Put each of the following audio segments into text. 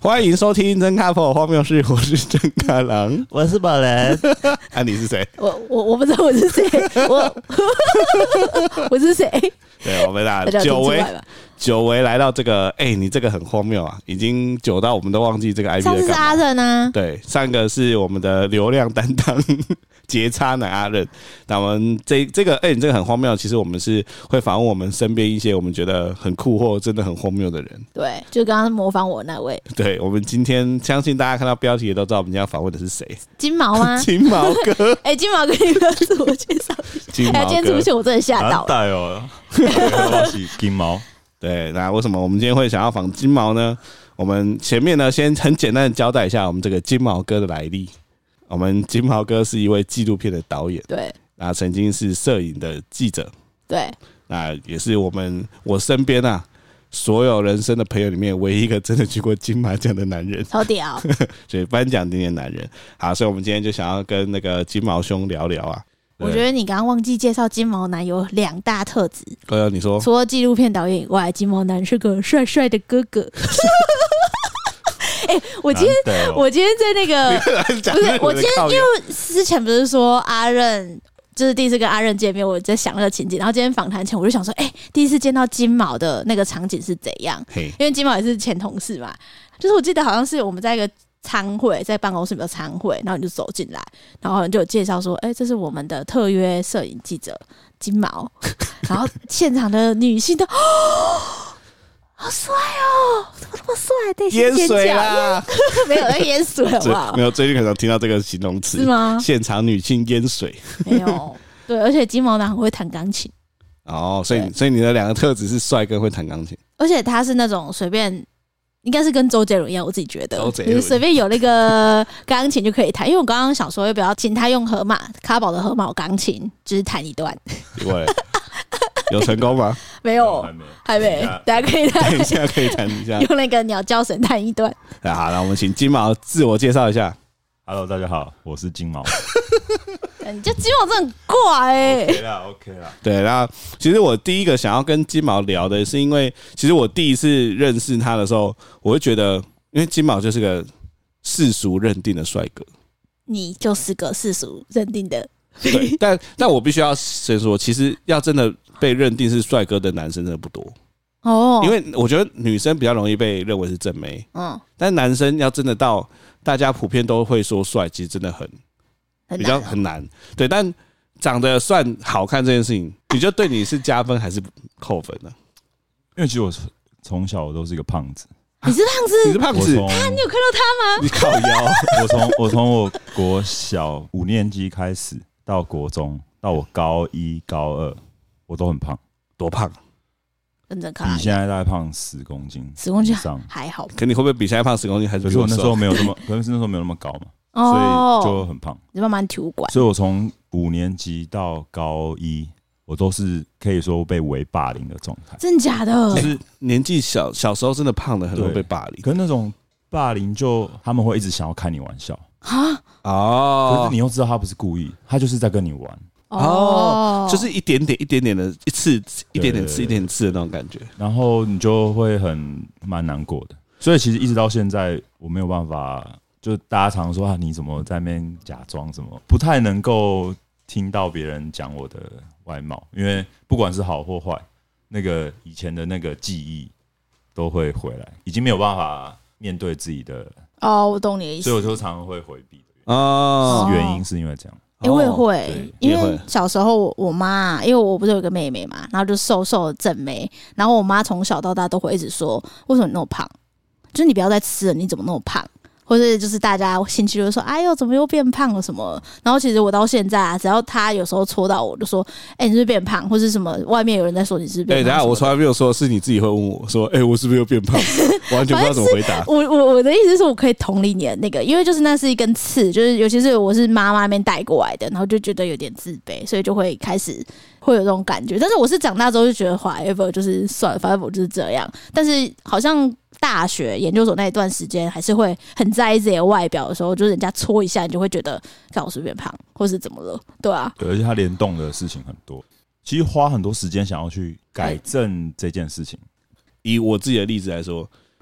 欢迎收听真卡普荒谬事，我是真卡郎， 我是宝人。 啊，你是谁？ 我不知道我是谁，我是谁？ 对，我们久违来到这个，你这个很荒谬啊，已经久到我们都忘记这个 IP 上次是阿任啊， 对，上一个是我们的流量担当杰差男阿任。那我们这个，你这个很荒谬，其实我们是会访问我们身边一些我们觉得很酷或真的很荒谬的人。 对，就刚刚模仿我那位。 对，我们今天相信大家看到标题也都知道我们今天要访问的是谁。 金毛吗？ 金毛哥。 金毛哥，你不要自我介绍一下。 金毛哥， 今天出现我真的吓到了。 哦，我是金毛。 对，那为什么我们今天会想要访金毛呢？我们前面呢，先很简单的交代一下我们这个金毛哥的来历。我们金毛哥是一位纪录片的导演， 对， 那曾经是摄影的记者， 对， 那也是我身边啊所有人生的朋友里面唯一一个真的去过金马奖的男人， 超屌， 所以颁奖典礼的男人。好，所以我们今天就想要跟那个金毛兄聊聊啊。 我觉得你刚刚忘记介绍金毛男有2大特质。 你说， 除了纪录片导演以外，金毛男是个帅帅的哥哥。我今天在那个不是，我今天因为之前不是说阿任就是第一次跟阿任见面，我在想那个情景，然后今天访谈前我就想说，第一次见到金毛的那个场景是怎样？因为金毛也是前同事嘛，就是我记得好像是我们在一个餐会，在办公室里面有餐会，然后你就走进来，然后你就有介绍说，这是我们的特约摄影记者金毛，然后现场的女性都好帅哦！怎么那么帅？对， 淹水啦！ 没有在淹水，好不好？ 没有，最近可能听到这个形容词是吗？ 现场女性淹水没有，对，而且金毛男很会弹钢琴哦，所以你的2个特质是帅跟会弹钢琴， 而且他是那种随便。应该是跟周杰伦一样，我自己觉得， 就是随便有那个钢琴就可以弹。因为我刚刚想说，要不要请他用卡宝的河马钢琴，就是弹一段。 有成功吗？ 没有，还没。大家可以弹一下， 可以弹一下， 用那个鸟叫声弹一段。 好，那我们请金毛自我介绍一下。 Hello， 大家好，我是金毛。 你这金毛真的很怪 OK 啦。 对，然后其实我第一个想要跟金毛聊的是，因为其实我第一次认识他的时候，我会觉得，因为金毛就是个世俗认定的帅哥， 你就是个世俗认定的。 对，但我必须要先说，其实要真的被认定是帅哥的男生真的不多哦，因为我觉得女生比较容易被认为是正妹，但男生要真的到大家普遍都会说帅，其实真的很难。对，但长得算好看这件事情，你觉得对你是加分还是扣分呢？ 因为其实我从小我都是一个胖子。 你是胖子？ 你是胖子？ 你有看到他吗？ 你靠腰！ 我从我国小5年级开始到国中，到我高1、高2，我都很胖。 多胖？ 认真看， 比现在大概胖10公斤 ，10公斤还好。 可你会不会比现在胖10公斤还是？ 可是我那时候没有那么，可能是那时候没有那么高嘛。所以就很胖， 你慢慢体育馆。 所以我从5年级到高1，我都是可以说被围霸凌的状态。 真假的？ 就是年纪小时候真的胖的很容易被霸凌。 可是那种霸凌就他们会一直想要开你玩笑啊可是你又知道他不是故意，他就是在跟你玩就是一点点的一次一点点刺的那种感觉， 然后你就会蛮难过的。所以其实一直到现在我没有办法。就大家常说你怎么在那边假装什么，不太能够听到别人讲我的外貌，因为不管是好或坏，那个以前的那个记忆都会回来，已经没有办法面对自己的。 我懂你的意思。 所以我就常常会回避的原因是因为这样。 我也会，因为小时候我妈，因为我不是有一个妹妹嘛，然后就瘦瘦的正妹，然后我妈从小到大都会一直说，为什么你那么胖？就是你不要再吃了，你怎么那么胖？或者就是大家兴趣就说，哎呦，怎么又变胖了什么？然后其实我到现在只要他有时候戳到我，就说，你是不是变胖，或是什么？外面有人在说你是不是变胖？ 等一下我从来没有说，是你自己会问我说，我是不是又变胖？我完全不知道怎么回答。 我的意思是我可以同理你的那个，因为就是那是一根刺，就是尤其是我是妈妈那边带过来的，然后就觉得有点自卑，所以就会开始会有这种感觉。但是我是长大之后就觉得 whatever 就是算了，反正我就是这样。但是好像大学研究所那一段时间还是会很在意自己的外表的时候，就是人家戳一下，你就会觉得看我是不是变胖，或是怎么了，对啊。 对，而且它联动的事情很多，其实花很多时间想要去改正这件事情。 以我自己的例子来说，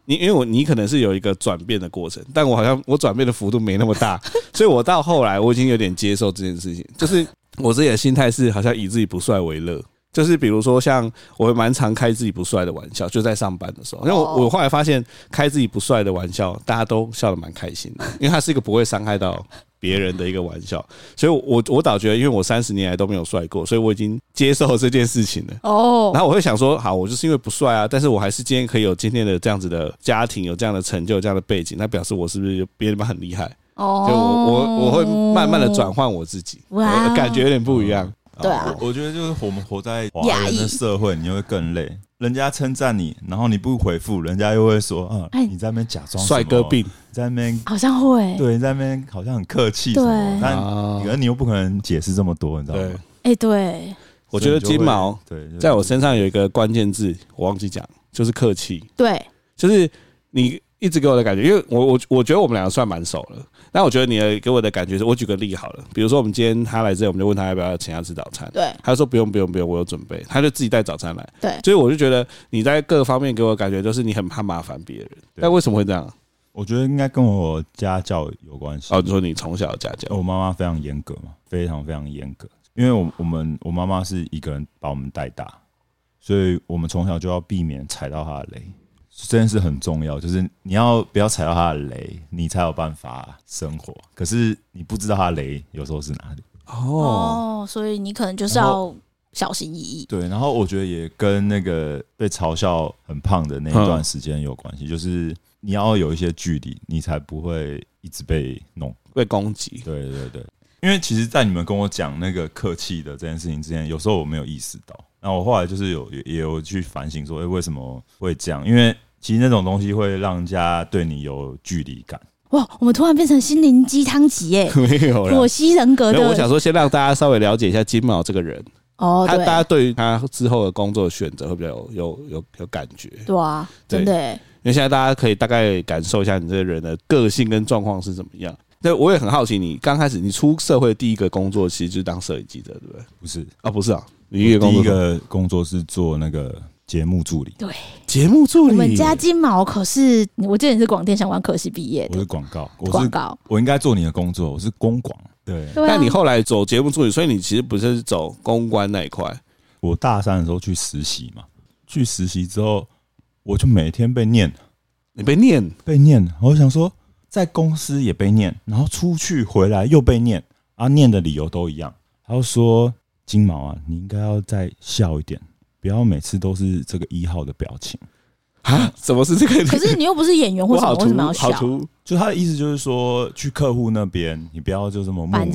因为你可能是有一个转变的过程，但我好像我转变的幅度没那么大，所以我到后来我已经有点接受这件事情，就是我自己的心态是好像以自己不帅为乐。就是比如说像我蛮常开自己不帅的玩笑，就在上班的时候，因为我后来发现开自己不帅的玩笑大家都笑得蛮开心的，因为它是一个不会伤害到别人的一个玩笑，所以我倒觉得因为我30年来都没有帅过，所以我已经接受这件事情了。然后我会想说好，我就是因为不帅啊，但是我还是今天可以有今天的这样子的家庭，有这样的成就，有这样的背景，那表示我是不是别人很厉害？所以我会慢慢的转换我自己，感觉有点不一样。 对啊， 我觉得就是我们活在华人的社会，你会更累。人家称赞你，然后你不回复，人家又会说你在那边假装帅哥病， 在那边好像会对，在那边好像很客气什么，但可能你又不可能解释这么多，你知道吗？ 对， 我觉得金毛在我身上有一个关键字，我忘记讲，就是客气。对，就是你一直给我的感觉，因为我觉得我们两个算蛮熟了。但我觉得你给我的感觉是，我举个例好了，比如说我们今天他来这里，我们就问他要不要请他吃早餐，对，他就说不用，我有准备，他就自己带早餐来，对，所以我就觉得你在各方面给我的感觉就是你很怕麻烦别人，但为什么会这样？ 我觉得应该跟我家教有关系。 你说你从小家教， 我妈妈非常严格嘛，非常非常严格，因为我妈妈是一个人把我们带大，所以我们从小就要避免踩到她的雷。这件事很重要，就是你要不要踩到他的雷，你才有办法生活。可是你不知道他的雷有时候是哪里所以你可能就是要小心翼翼。 对，然后我觉得也跟那个被嘲笑很胖的那一段时间有关系，就是你要有一些距离，你才不会一直被弄、 被攻击。 对，因为其实，在你们跟我讲那个客气的这件事情之前，有时候我没有意识到。然后我后来就是也有去反省说，为什么会这样？因为其实那种东西会让人家对你有距离感。 哇，我们突然变成心灵鸡汤集耶！ 没有啦， 火西人格的。 我想说，先让大家稍微了解一下金毛这个人。大家对于他之后的工作选择会比较有感觉。 对啊，真的耶。 因为现在大家可以大概感受一下你这个人的个性跟状况是怎么样。对，我也很好奇，你刚开始你出社会第一个工作其实就是当摄影记者，对不对？ 不是不是啊， 你第一个工作是做那个节目助理。 对， 节目助理。 我们家金毛可是，我记得你是广电相关科系毕业的。 我是广告，我应该做你的工作，我是公广。对， 但你后来走节目助理，所以你其实不是走公关那一块。 我大3的时候去实习嘛，去实习之后，我就每天被念。 你被念？ 被念，我想说。在公司也被念，然后出去回来又被念，念的理由都一样。他就说：“金毛啊，你应该要再笑一点，不要每次都是这个1号的表情。” 怎么是这个？ 可是你又不是演员，为什么要笑？ 就他的意思就是说，去客户那边，你不要就这么木讷，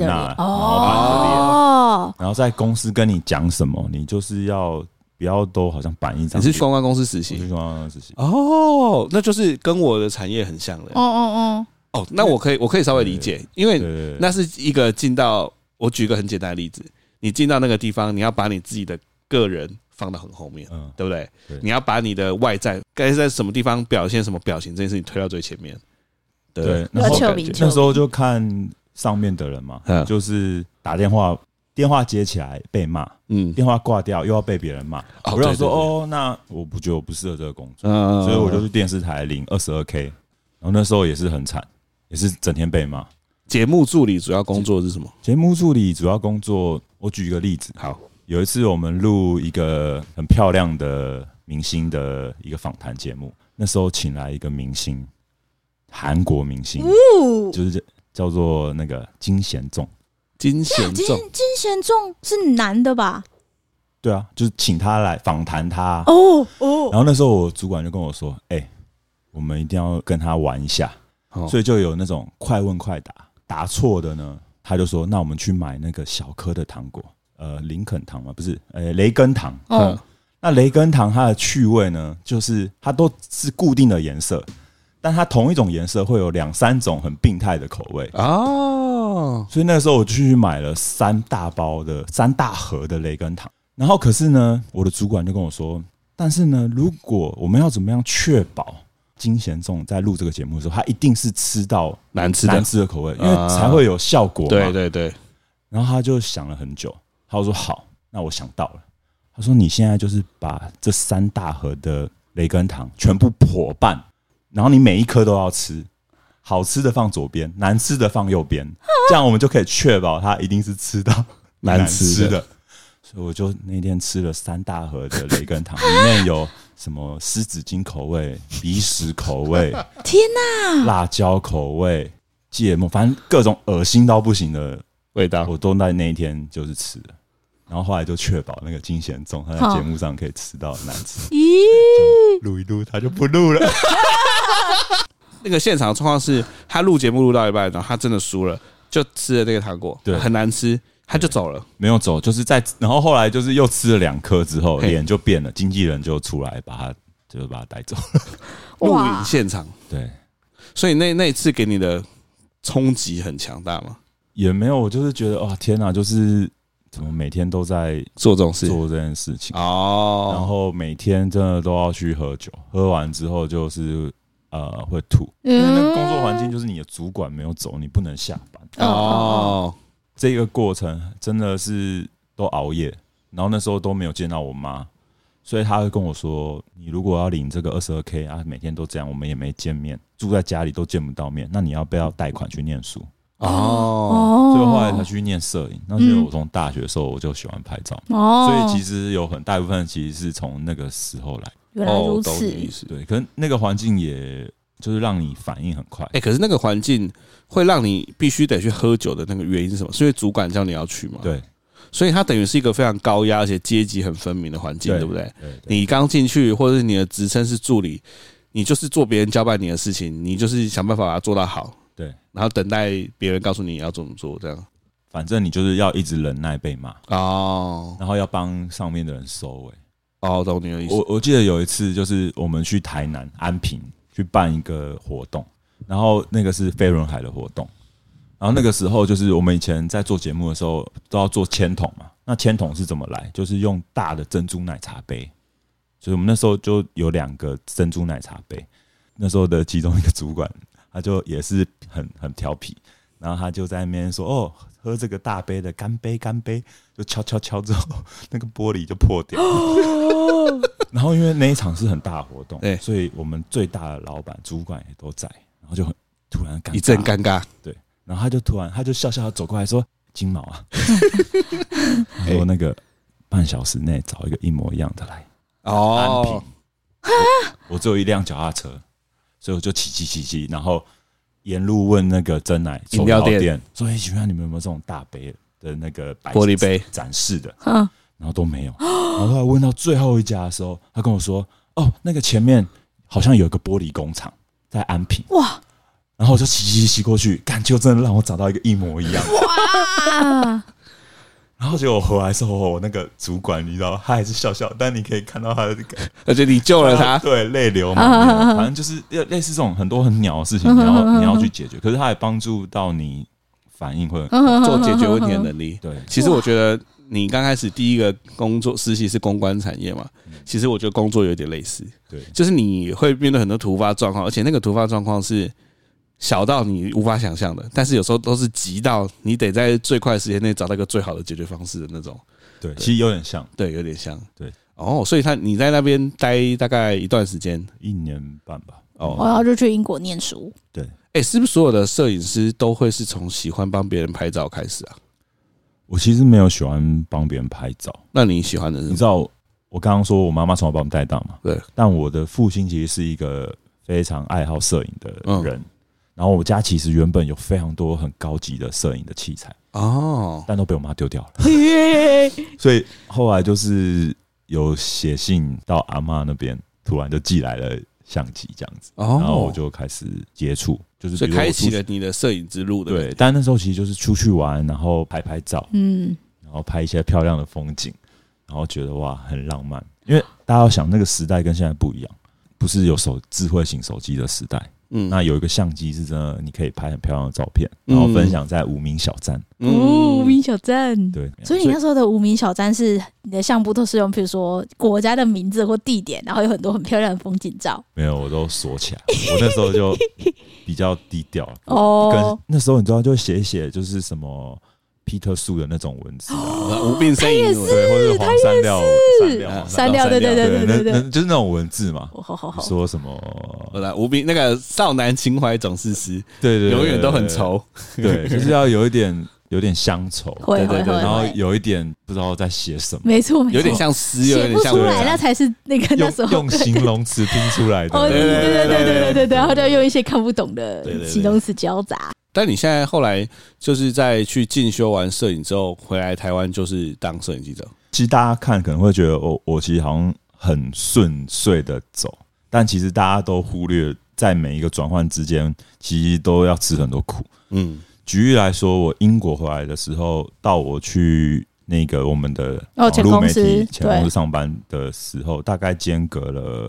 然后在公司跟你讲什么，你就是要不要都好像板一张。 你是公关公司实习？ 我是公关公司实习。 那就是跟我的产业很像的。那我可以稍微理解，因为那是一个进到，我举一个很简单的例子，你进到那个地方，你要把你自己的个人放到很后面，对不对？你要把你的外在该在什么地方表现什么表情这件事情推到最前面。 对，那时候就看上面的人嘛，就是打电话接起来被骂，电话挂掉又要被别人骂，我就说那我不觉得我不适合这个工作，所以我就去电视台领22K， 然后那时候也是很惨，也是整天被骂。 节目助理主要工作是什么？ 节目助理主要工作，我举一个例子。 好， 有一次我们录一个很漂亮的明星的一个访谈节目，那时候请来一个明星，韩国明星，就是叫做那个金贤重。 金贤重是男的吧？ 对啊，就是请他来访谈他。然后那时候我主管就跟我说：“我们一定要跟他玩一下。”所以就有那种快问快答，答错的呢，他就说：“那我们去买那个小颗的糖果，林肯糖嘛，不是，雷根糖。那雷根糖它的趣味呢，就是它都是固定的颜色，但它同一种颜色会有2-3种很病态的口味所以那个时候我就去买了3大盒的雷根糖。然后可是呢，我的主管就跟我说，但是呢，如果我们要怎么样确保金贤重在录这个节目的时候，他一定是吃到难吃的口味，因为才会有效果嘛。 对。 然后他就想了很久，他就说：“好，那我想到了。”他说：“你现在就是把这3大盒的雷根糖全部破半， 然后你每一颗都要吃，好吃的放左边，难吃的放右边，这样我们就可以确保它一定是吃到难吃的。所以我就那天吃了3大盒的雷根糖，里面有什么湿纸巾口味、鼻屎口味， 天哪， 辣椒口味、芥末，反正各种恶心到不行的味道， 我都在那一天就是吃了。然后后来就确保那个金贤重他在节目上可以吃到难吃，录一录他就不录了。 那个现场的状况是他录节目录到一半，然后他真的输了，就吃了那个糖果，对，很难吃，他就走了。 没有走，就是然后后来就是又吃了2颗之后，脸就变了，经纪人就出来把他带走了。 录影现场， 对， 所以那一次给你的冲击很强大吗？ 也没有，我就是觉得哇天哪，就是怎么每天都在做这种事， 做这件事情哦， 然后每天真的都要去喝酒，喝完之后就是会吐，因为那个工作环境就是你的主管没有走，你不能下班哦。这个过程真的是都熬夜，然后那时候都没有见到我妈，所以他会跟我说：“你如果要领这个22K 啊，每天都这样，我们也没见面，住在家里都见不到面，那你要不要贷款去念书？”所以后来才去念摄影。那因为我从大学的时候我就喜欢拍照，所以其实有很大部分其实是从那个时候来。 原来如此， 对，可是那个环境也就是让你反应很快。 可是那个环境会让你必须得去喝酒的那个原因是什么？是因为主管叫你要去吗？ 对， 所以它等于是一个非常高压而且阶级很分明的环境，对不对？你刚进去，或者是你的职称是助理，你就是做别人交办你的事情，你就是想办法把它做到好。 对， 然后等待别人告诉你要怎么做，这样。 反正你就是要一直忍耐被骂哦， 然后要帮上面的人收尾。 哦，懂你的意思。 我记得有一次，就是我们去台南安平去办一个活动，然后那个是飞轮海的活动，然后那个时候就是我们以前在做节目的时候都要做签筒嘛。那签筒是怎么来？就是用大的珍珠奶茶杯，所以我们那时候就有2个珍珠奶茶杯。那时候的其中一个主管，他就也是很调皮，然后他就在那边说：“哦，喝这个大杯的，干杯干杯！”就敲之后，那个玻璃就破掉了。然后因为那一场是很大的活动，对，所以我们最大的老板、主管也都在，然后就突然一阵尴尬。 对，然后他就笑笑走过来说：“金毛啊，他说那个半小时内找一个一模一样的来。”哦，我只有一辆脚踏车，所以我就骑，然后沿路问那个珍奶饮料店说：“请问你们有没有这种大杯的那个玻璃杯展示的？”然后都没有。然后后来问到最后一家的时候，他跟我说：“哦，那个前面好像有一个玻璃工厂在安平。”哇！然后我就骑过去，感觉真的让我找到一个一模一样。哇！然后结果我回来的时候，我那个主管你知道，他还是笑笑，但你可以看到他的， 而且你救了他， 对，泪流满面。反正就是类似这种很多很鸟的事情，你要去解决。可是他也帮助到你反应会做解决问题的能力。 对， 其实我觉得你刚开始第一个工作实习是公关产业嘛，其实我觉得工作有点类似，对，就是你会面对很多突发状况，而且那个突发状况是小到你无法想象的，但是有时候都是急到你得在最快的时间内找到一个最好的解决方式的那种。 对，其实有点像， 对，有点像， 对。 哦，所以你在那边待大概一段时间 ，1年半吧。 哦，然后就去英国念书。 对， 是不是所有的摄影师都会是从喜欢帮别人拍照开始啊？ 我其实没有喜欢帮别人拍照。 那你喜欢的是什么？ 你知道我刚刚说我妈妈从小把我们带大嘛？ 对。但我的父亲其实是一个非常爱好摄影的人。然后我家其实原本有非常多很高级的摄影的器材但都被我妈丢掉了。所以后来就是有写信到阿嬷那边，突然就寄来了相机这样子，然后我就开始接触，就是所以开启了你的摄影之路的。 对，但那时候其实就是出去玩，然后拍照，然后拍一些漂亮的风景，然后觉得哇很浪漫。因为大家要想那个时代跟现在不一样，不是有智慧型手机的时代。那有一个相机是真的，你可以拍很漂亮的照片，然后分享在无名小站。 无名小站， 对。 所以你那时候的无名小站是你的相簿都是用，比如说国家的名字或地点，然后有很多很漂亮的风景照。 没有，我都锁起来。我那时候就比较低调。跟那时候你知道，就写一写，就是什么 Peter Su 的那种文字无病呻吟， 对，或者是黄山料， 对， 那就是那种文字嘛。说什么无病那个少男情怀总是诗， 对， 永远都很愁， 对，就是要有点乡愁， 对， 然后有一点不知道在写什么， 没错， 有点像诗，有点像写不出来，那才是那个那时候用形容词拼出来的， 对，然后就用一些看不懂的形容词交杂。 但你现在后来就是在去进修完摄影之后回来台湾，就是当摄影记者。 其实大家看可能会觉得我其实好像很顺遂的走，但其实大家都忽略在每一个转换之间，其实都要吃很多苦。举例来说，我英国回来的时候，到我去那个我们的网络媒体前公司上班的时候，大概间隔了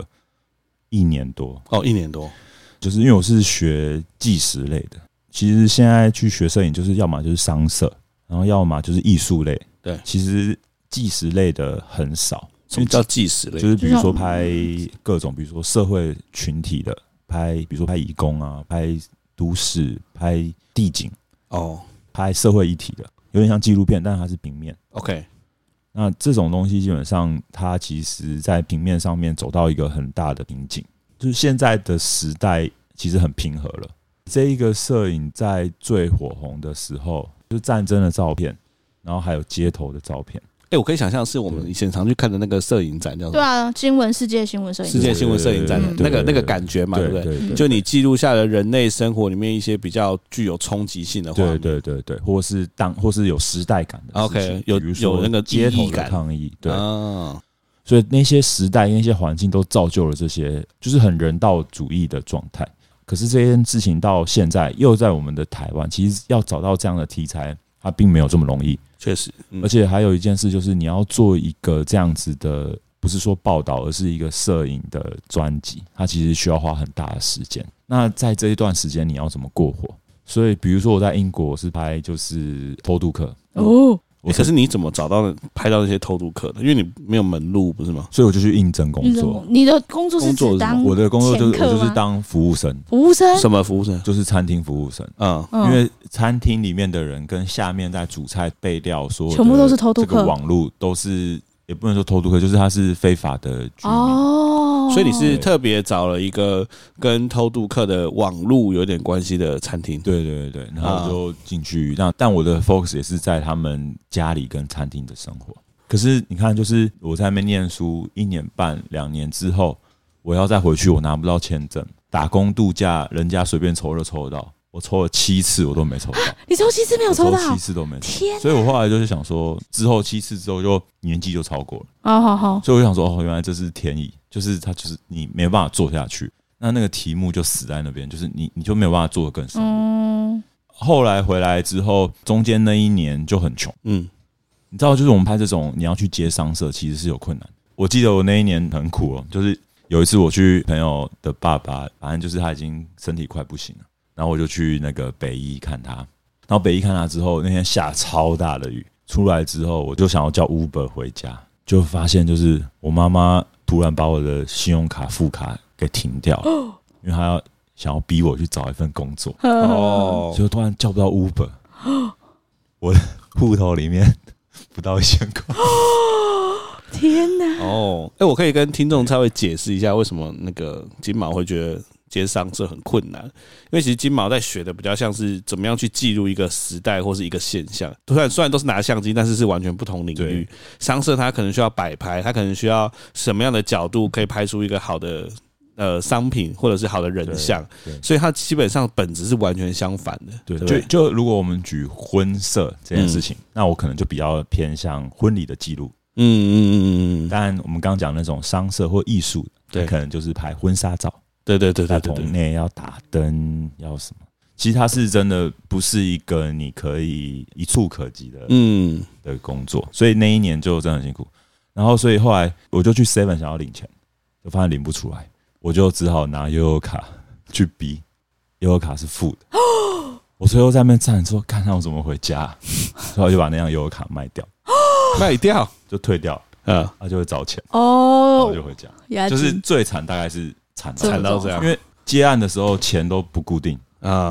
1年多。 1年多， 就是因为我是学纪实类的。其实现在去学摄影，就是要么就是商摄，然后要么就是艺术类。 对， 其实纪实类的很少。 什么叫纪实类？ 就是比如说拍各种，比如说社会群体的，比如说拍移工啊，拍都市，拍地景，拍社会议题的，有点像纪录片，但是它是平面。 OK， 那这种东西基本上它其实在平面上面走到一个很大的瓶颈，就是现在的时代其实很平和了。这一个摄影在最火红的时候，就是战争的照片，然后还有街头的照片。 我可以想象是我们以前常去看的那个摄影展，叫什么？ 对啊，世界新闻摄影展， 世界新闻摄影展的那个感觉嘛，对不对？就你记录下了人类生活里面一些比较具有冲击性的画面， 对，或是有时代感的事情。 OK， 有那个街头的抗议，对所以那些时代那些环境都造就了这些就是很人道主义的状态。可是这件事情到现在又在我们的台湾，其实要找到这样的题材，它并没有这么容易。 确实， 而且还有一件事就是你要做一个这样子的，不是说报道，而是一个摄影的专辑，它其实需要花很大的时间。那在这一段时间你要怎么过活？所以比如说我在英国我是拍就是偷渡客可是你怎么找到拍到那些偷渡客的？因为你没有门路，不是吗？ 所以我就去应征工作。 你的工作是指当我的工作就是当服务生。 服务生？ 什么服务生？ 就是餐厅服务生。因为餐厅里面的人跟下面在煮菜备料说全部都是偷渡客， 这个网路都是也不能说偷渡客，就是他是非法的居民。 所以你是特别找了一个跟偷渡客的网路有点关系的餐厅。 对，然后我就进去，但我的 focus 也是在他们家里跟餐厅的生活。可是你看，就是我在那边念书1年半2年之后，我要再回去，我拿不到签证，打工度假，人家随便抽就抽得到。我抽了7次，我都没抽到。 你抽7次没有抽到？ 我抽7次都没抽到。所以我后来就是想说，之后7次之后就年纪就超过了。 好。 所以我就想说，原来这是天意，就是他就是你没有办法做下去，那个题目就死在那边，就是你就没有办法做得更深入。后来回来之后，中间那1年就很穷。你知道，就是我们拍这种你要去接商摄，其实是有困难。我记得我那1年很苦就是有一次我去朋友的爸爸，反正就是他已经身体快不行了。然后我就去那个北医看他，然后北医看他之后，那天下超大的雨，出来之后我就想要叫 Uber 回家，就发现就是我妈妈突然把我的信用卡副卡给停掉了，因为她想要逼我去找一份工作，所以我突然叫不到 Uber， 我的户头里面不到1000块。 天哪！ 我可以跟听众稍微解释一下为什么那个金毛会觉得接商摄很困难，因为其实金毛在学的比较像是怎么样去记录一个时代或是一个现象，虽然都是拿相机，但是完全不同领域。商摄它可能需要摆拍，它可能需要什么样的角度可以拍出一个好的商品或者是好的人像，所以它基本上本质是完全相反的。 对，就如果我们举婚摄这件事情，那我可能就比较偏向婚礼的记录。但我们刚刚讲那种商摄或艺术，可能就是拍婚纱照。对，棚内要打灯，要什么？其实它是真的不是一个你可以一触可及的工作，所以那1年就真的很辛苦。然后所以后来我就去 7 想要领钱，就发现领不出来，我就只好拿悠游卡去逼，悠游卡是负的。我最后在那边站说，看我怎么回家，所以我就把那张悠游卡卖掉就退掉，他就会找钱，然后就回家。就是最惨大概是惨到这样，因为接案的时候钱都不固定然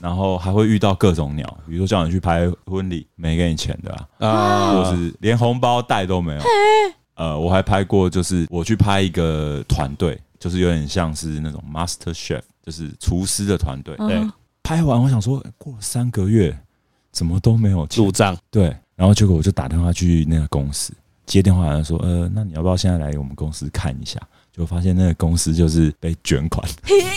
然后还会遇到各种鸟，比如说叫你去拍婚礼没给你钱的或是连红包袋都没有。我还拍过，就是我去拍一个团队，就是有点像是那种 Master Chef， 就是厨师的团队。对，拍完我想说，过了3个月怎么都没有入账。 对，然后结果我就打电话去那个公司，接电话说，那你要不要现在来我们公司看一下？就发现那个公司就是被卷款。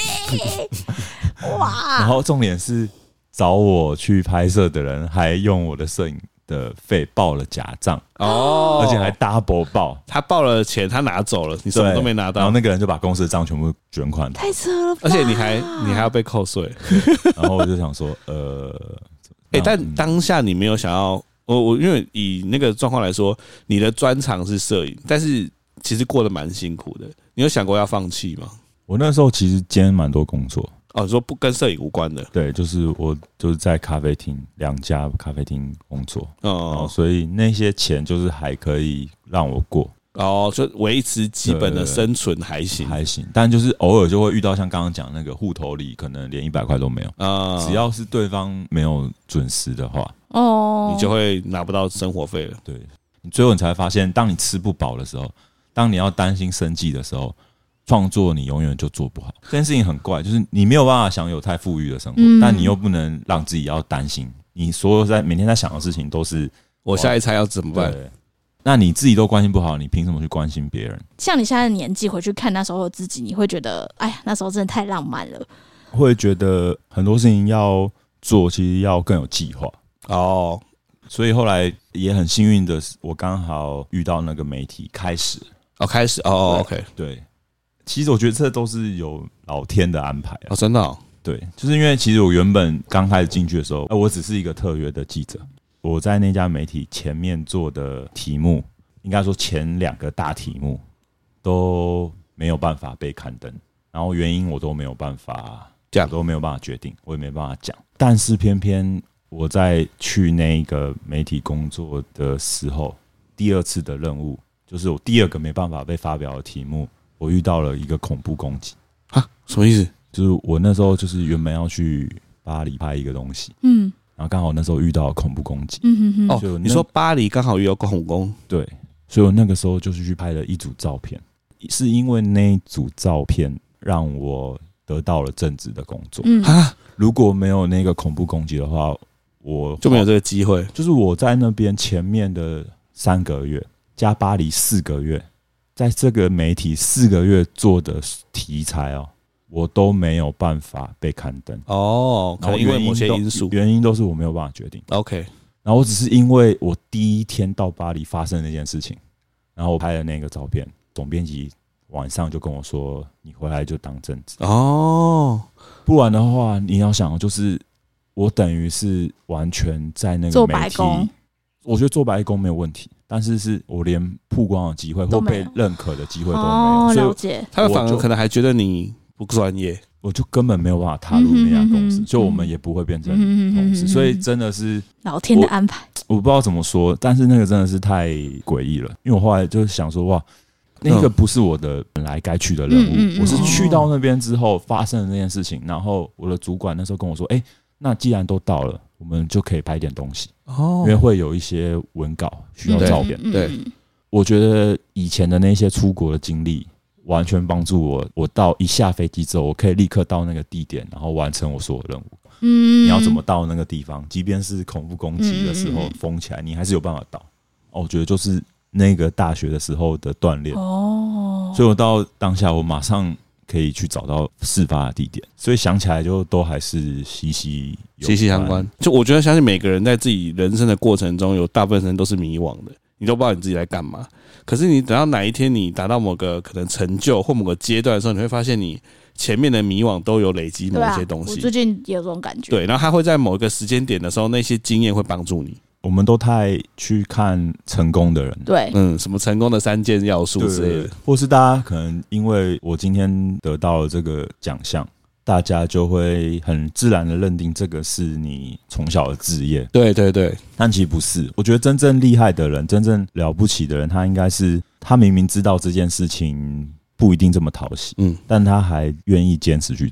哇！然后重点是找我去拍摄的人还用我的摄影的费报了假账而且还 double 报。 他报了钱，他拿走了，你什么都没拿到。 然后那个人就把公司的账全部卷款， 太扯了吧！ 而且你还要被扣税。 然后我就想说， 但当下你没有想要我因为以那个状况来说，你的专长是摄影，但是其实过得蛮辛苦的。你有想过要放弃吗？ 我那时候其实兼蛮多工作。 你说不跟摄影无关的？ 对，就是我就是在咖啡厅2家咖啡厅工作，所以那些钱就是还可以让我过。 就维持基本的生存还行， 但就是偶尔就会遇到像刚刚讲那个户头里可能连100块都没有只要是对方没有准时的话， 你就会拿不到生活费了。 对，你最后你才发现，当你吃不饱的时候，当你要担心生计的时候，创作你永远就做不好。这件事情很怪，就是你没有办法享有太富裕的生活，但你又不能让自己要担心，你所有每天在想的事情都是我下一餐要怎么办。 那你自己都关心不好，你凭什么去关心别人？ 像你现在的年纪回去看那时候的自己，你会觉得哎呀，那时候真的太浪漫了。 会觉得很多事情要做，其实要更有计划所以后来也很幸运的，我刚好遇到那个媒体开始 OK 对，其实我觉得这都是有老天的安排真的对，就是因为其实我原本刚开始进去的时候，我只是一个特约的记者。我在那家媒体前面做的题目，应该说前2个大题目都没有办法被刊登，然后原因我都没有办法讲，我都没有办法决定，我也没办法讲。但是偏偏我在去那个媒体工作的时候，第2次的任务就是我第2个没办法被发表的题目，我遇到了一个恐怖攻击。 什么意思？ 就是我那时候就是原本要去巴黎拍一个东西，然后刚好那时候遇到恐怖攻击。 你说巴黎刚好遇到恐攻？ 对，所以我那个时候就是去拍了一组照片，是因为那一组照片让我得到了正职的工作。如果没有那个恐怖攻击的话，我就没有这个机会。 就是我在那边前面的3个月加巴黎4个月，在这个媒体4个月做的题材我都没有办法被刊登可能因为某些因素， 原因都是我没有办法决定。 OK， 然后我只是因为我第1天到巴黎发生的那件事情，然后我拍了那个照片，总编辑晚上就跟我说：“你回来就当正职不然的话，你要想就是我等于是完全在那个媒体，我觉得做白工没有问题。”但是我连曝光的机会或被认可的机会都没有， 了解。 他们反而可能还觉得你不专业， 我就根本没有办法踏入那家公司，就我们也不会变成同事，所以真的是老天的安排。 我不知道怎么说，但是那个真的是太诡异了。因为我后来就想说，哇，那个不是我的本来该去的任务，我是去到那边之后发生的那件事情，然后我的主管那时候跟我说，那既然都到了，我们就可以拍点东西因为会有一些文稿需要照片。 对， 我觉得以前的那些出国的经历完全帮助我到一下飞机之后，我可以立刻到那个地点，然后完成我所有任务。你要怎么到那个地方，即便是恐怖攻击的时候封起来，你还是有办法到。我觉得就是那个大学的时候的锻炼所以我到当下我马上可以去找到事发的地点，所以想起来就都还是息息相关。就我觉得相信每个人在自己人生的过程中，有大部分人都是迷惘的，你都不知道你自己在干嘛。可是你等到哪一天你达到某个可能成就或某个阶段的时候，你会发现你前面的迷惘都有累积某一些东西。 我最近也有这种感觉。 对，然后他会在某一个时间点的时候，那些经验会帮助你。 我们都太去看成功的人， 对， 什么成功的3件要素之类的， 或是大家可能因为我今天得到了这个奖项，大家就会很自然的认定这个是你从小的志业。 对对对， 但其实不是。我觉得真正厉害的人，真正了不起的人，他应该是他明明知道这件事情不一定这么讨喜，但他还愿意坚持去做。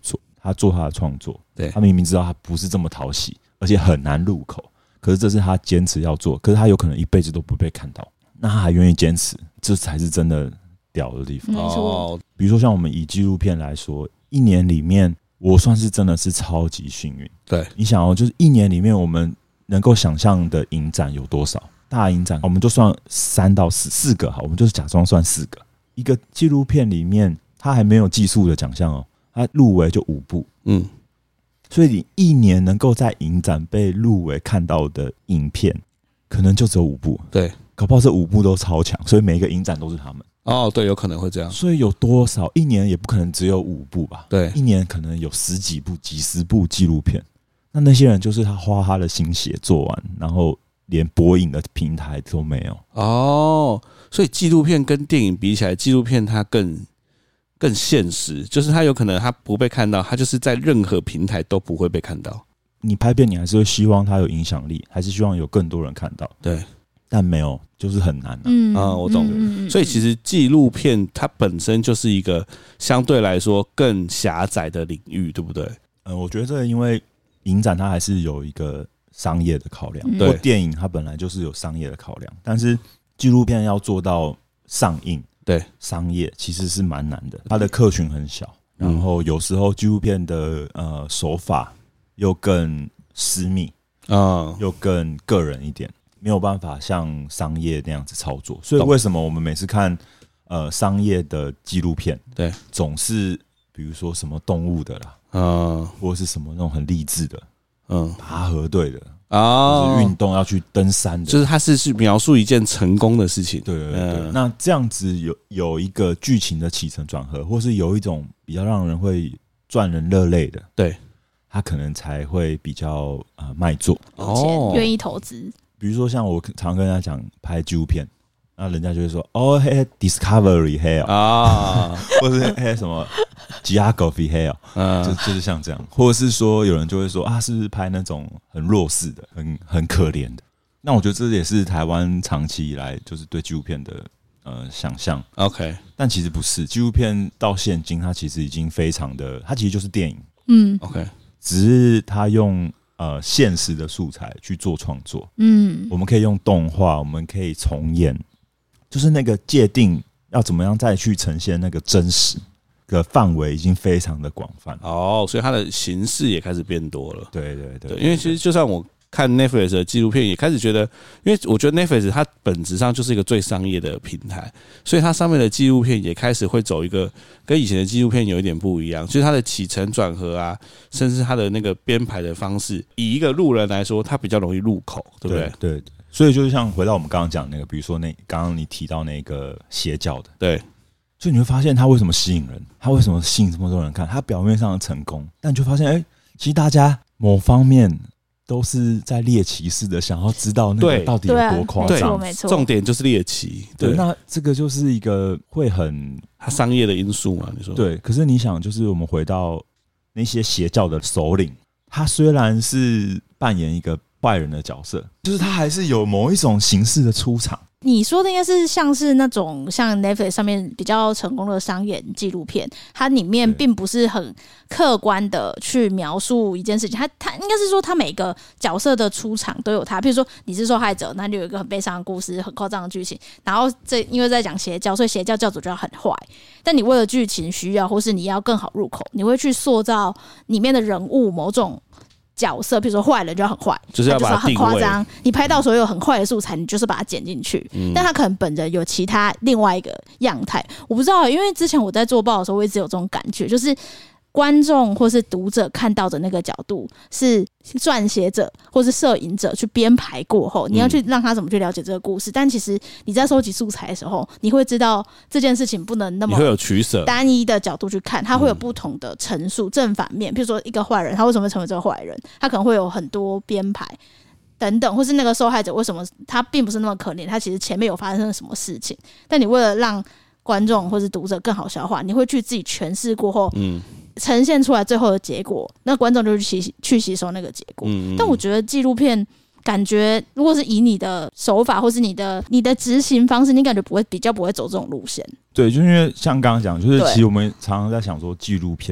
他做他的创作， 对， 他明明知道他不是这么讨喜，而且很难入口，可是这是他坚持要做，可是他有可能一辈子都不被看到，那他还愿意坚持，这才是真的屌的地方。 没错， 比如说像我们以纪录片来说，1年里面我算是真的是超级幸运。 对， 你想就是1年里面我们能够想象的影展有多少？大影展我们就算3到4个好，我们就是假装算4个。一个纪录片里面，它还没有技术的奖项哦，它入围就5部，所以你1年能够在影展被入围看到的影片，可能就只有5部。 对， 搞不好这5部都超强，所以每一个影展都是他们。 哦，对，有可能会这样。 所以有多少1年也不可能只有5部吧？ 对 ，1年可能有10几部、几十部纪录片。那些人就是他花他的心血做完，然后连播映的平台都没有。 哦，所以纪录片跟电影比起来，纪录片它更现实，就是它有可能它不被看到，它就是在任何平台都不会被看到。 你拍片，你还是会希望它有影响力，还是希望有更多人看到。 对， 但没有，就是很难我懂。所以其实纪录片它本身就是一个相对来说更狭窄的领域，对不对？ 我觉得这因为影展它还是有一个商业的考量， 对， 电影它本来就是有商业的考量，但是纪录片要做到上映， 对， 商业其实是蛮难的，它的客群很小，然后有时候纪录片的手法又更私密，又更个人一点，没有办法像商业那样子操作。所以为什么我们每次看商业的纪录片， 对， 总是比如说什么动物的啦，或者是什么那种很励志的，爬河队的。就是运动要去登山的， 就是它是描述一件成功的事情。 对对对，那这样子有一个剧情的起承转合，或是有一种比较让人会赚人热泪的， 对， 他可能才会比较卖座， 愿意投资。 比如说像我常跟人家讲拍纪录片，那人家就会说哦，嘿 ，Discovery 嘿或是嘿什么 Geography 嘿就是像这样，或者是说有人就会说啊，是不是拍那种很弱势的、很可怜的？那我觉得这也是台湾长期以来就是对纪录片的想象。 OK， 但其实不是，纪录片到现今它其实已经非常的，它其实就是电影。 OK， 只是它用现实的素材去做创作。我们可以用动画，我们可以重演。就是那个界定要怎么样再去呈现那个真实的范围已经非常的广泛所以它的形式也开始变多了。 对对 对， 因为其实就算我看 Netflix 的纪录片，也开始觉得，因为我觉得 Netflix 它本质上就是一个最商业的平台，所以它上面的纪录片也开始会走一个跟以前的纪录片有一点不一样，就是它的起承转合啊，甚至它的那个编排的方式，以一个路人来说，它比较容易入口，对不对？ 对对对。所以就是像回到我们刚刚讲那个，比如说刚刚你提到那个邪教的， 对， 所以你会发现他为什么吸引人，他为什么吸引这么多人看，他表面上的成功，但你就发现，其实大家某方面都是在猎奇式的想要知道那个到底有多夸张， 没错， 重点就是猎奇。对， 那这个就是一个会很商业的因素嘛？你说对，可是你想，就是我们回到那些邪教的首领，他虽然是扮演一个坏人的角色，就是他还是有某一种形式的出场。 你说的应该是像是那种像 Netflix 上面比较成功的商业纪录片，它里面并不是很客观的去描述一件事情，它应该是说它每个角色的出场都有它，譬如说你是受害者，那就有一个很悲伤的故事，很夸张的剧情，然后因为在讲邪教，所以邪教教主就要很坏，但你为了剧情需要或是你要更好入口，你会去塑造里面的人物某种角色，比如说坏人就要很坏， 就是要把它很夸张。你拍到所有很坏的素材，你就是把它剪进去。但他可能本人有其他另外一个样态，我不知道，因为之前我在做报的时候，我一直有这种感觉，就是观众或是读者看到的那个角度是撰写者或是摄影者去编排过后，你要去让他怎么去了解这个故事。但其实你在收集素材的时候，你会知道这件事情不能那么你会有取舍， 单一的角度去看，它会有不同的陈述，正反面。比如说一个坏人，他为什么会成为这个坏人？他可能会有很多编排等等，或是那个受害者为什么他并不是那么可怜，他其实前面有发生了什么事情。但你为了让观众或是读者更好消化，你会去自己诠释过后，呈现出来最后的结果，那观众就去吸收那个结果。但我觉得纪录片感觉，如果是以你的手法或是你的执行方式，你感觉比较不会走这种路线。 对，就因为像刚刚讲，就是其实我们常常在想说纪录片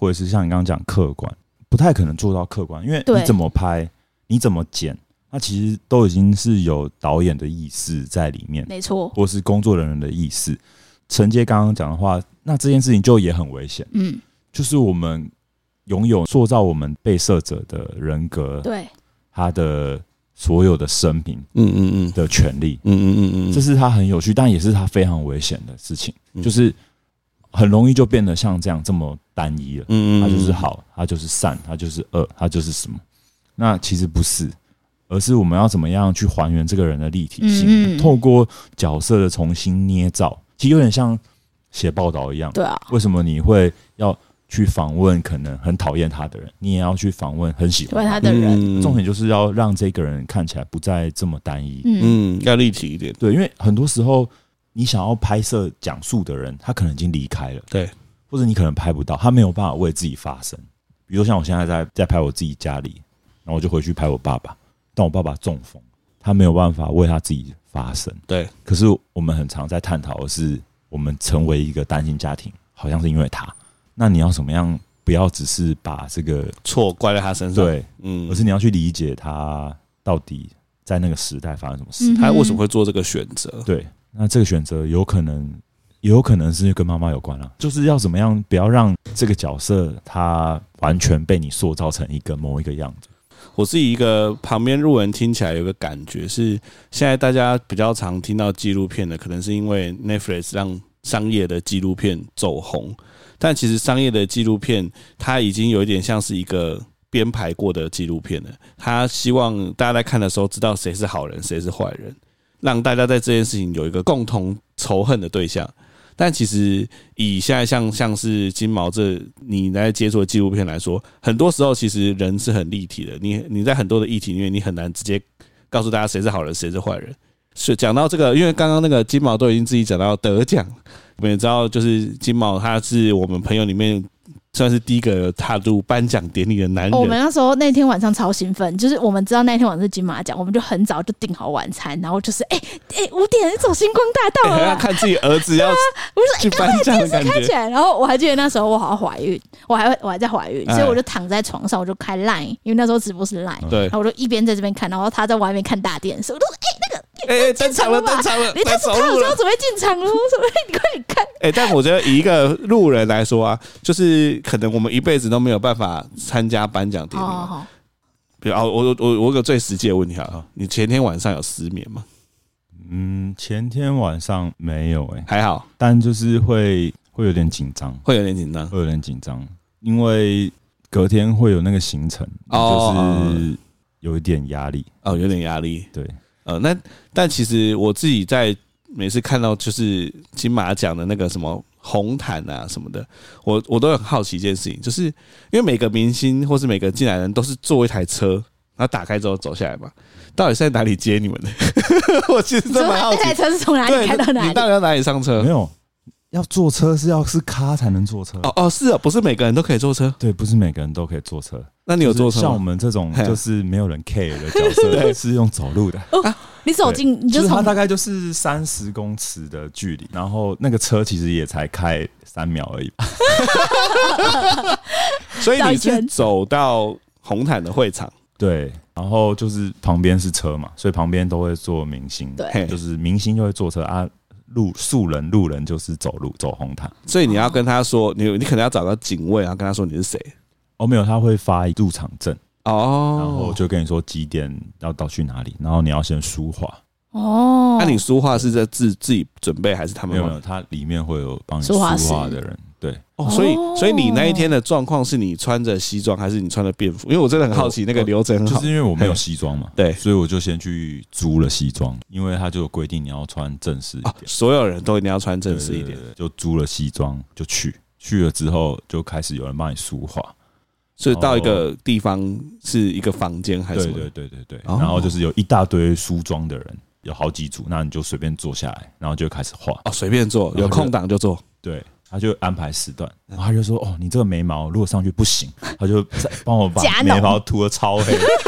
或者是像你刚刚讲客观，不太可能做到客观，因为你怎么拍，你怎么剪，那其实都已经是有导演的意识在里面， 没错， 或是工作人员的意识。承接刚刚讲的话，那这件事情就也很危险。就是我们拥有塑造我们被摄者的人格，对他的所有的生平，的权利，这是他很有趣，但也是他非常危险的事情，就是很容易就变得像这样这么单一了。他就是好，他就是善，他就是恶，他就是什么？那其实不是，而是我们要怎么样去还原这个人的立体性，透过角色的重新捏造，其实有点像写报道一样。对啊，为什么你会要去访问可能很讨厌他的人，你也要去访问很喜欢他的人？重点就是要让这个人看起来不再这么单一， 要立体一点。 对，因为很多时候你想要拍摄讲述的人，他可能已经离开了， 对， 或者你可能拍不到，他没有办法为自己发声。比如说像我现在在拍我自己家里，然后我就回去拍我爸爸，但我爸爸中风，他没有办法为他自己发声。 对， 可是我们很常在探讨的是，我们成为一个单亲家庭，好像是因为他。那你要怎么样？不要只是把这个错怪在他身上，对， 而是你要去理解他到底在那个时代发生什么事， 他为什么会做这个选择？ 对，那这个选择有可能是跟妈妈有关啦，就是要怎么样，不要让这个角色他完全被你塑造成某一个样子。 我是一个旁边路人听起来有个感觉是，现在大家比较常听到纪录片的，可能是因为 Netflix 让商业的纪录片走红，但其实商业的纪录片它已经有一点像是一个编排过的纪录片了。他希望大家在看的时候知道谁是好人，谁是坏人，让大家在这件事情有一个共同仇恨的对象。但其实以现在像是金毛这你来接触的纪录片来说，很多时候其实人是很立体的。你在很多的议题里面，你很难直接告诉大家谁是好人，谁是坏人。所以讲到这个，因为刚刚那个金毛都已经自己讲到得奖，我们也知道，就是金毛他是我们朋友里面算是第一个踏入颁奖典礼的男人。 我们那时候那天晚上超兴奋，就是我们知道那天晚上是金马奖，我们就很早就订好晚餐，然后就是5点走星光大道了， 要看自己儿子要去颁奖的感觉。 开起来，然后我还记得那时候我好像怀孕，我还在怀孕，所以我就躺在床上，我就开 Line， 因为那时候直播是 Line， 对，然后我就一边在这边看，然后他在外面看大电视，我就说那个。 登场了！ 你他有时候准备进场了，你快点看！ 但我觉得以一个路人来说啊，就是可能我们一辈子都没有办法参加颁奖典礼。比如我有个最实际的问题啊，你前天晚上有失眠吗？ 前天晚上没有还好， 但就是会有点紧张，因为隔天会有那个行程，就是有一点压力有点压力， 对。 但其实我自己在每次看到就是金马奖的那个什么红毯啊什么的，我都很好奇一件事情，就是因为每个明星或是每个进来的人都是坐一台车，然后打开之后走下来嘛，到底是在哪里接你们的？我其实真蛮好奇， 那台车是从哪里开到哪里？ 你到底要哪里上车？ 没有。要坐车是咖才能坐车是啊，不是每个人都可以坐车。 对，不是每个人都可以坐车。 那你有坐车吗？ 像我们这种就是没有人 care 的角色，是用走路的。 你走进你就是它大概就是30公尺的距离，然后那个车其实也才开3秒而已。 所以你是走到红毯的会场， 对，然后就是旁边是车嘛，所以旁边都会坐明星，对，就是明星就会坐车啊。路人就是走红毯， 所以你要跟他说，你可能要找到警卫，然后跟他说你是谁。 没有，他会发入场证然后就跟你说几点要到去哪里，然后你要先书画。那你书画是在自己准备还是他们？ 没有，他里面会有帮你书画的人。对， 所以你那一天的状况是你穿着西装还是你穿着便服？因为我真的很好奇那个流程很好。 就是因为我没有西装嘛，对，所以我就先去租了西装，因为他就有规定你要穿正式一点， 所有人都一定要穿正式一点。 就租了西装就去了之后，就开始有人帮你书画， 所以到一个地方是一个房间还是什么？ 对，然后就是有一大堆梳妆的人，有好几组，那你就随便坐下来，然后就开始画。 随便坐，有空档就坐。 对。他就安排时段，然后他就说：“你这个眉毛如果上去不行。”他就帮我把眉毛涂得超黑，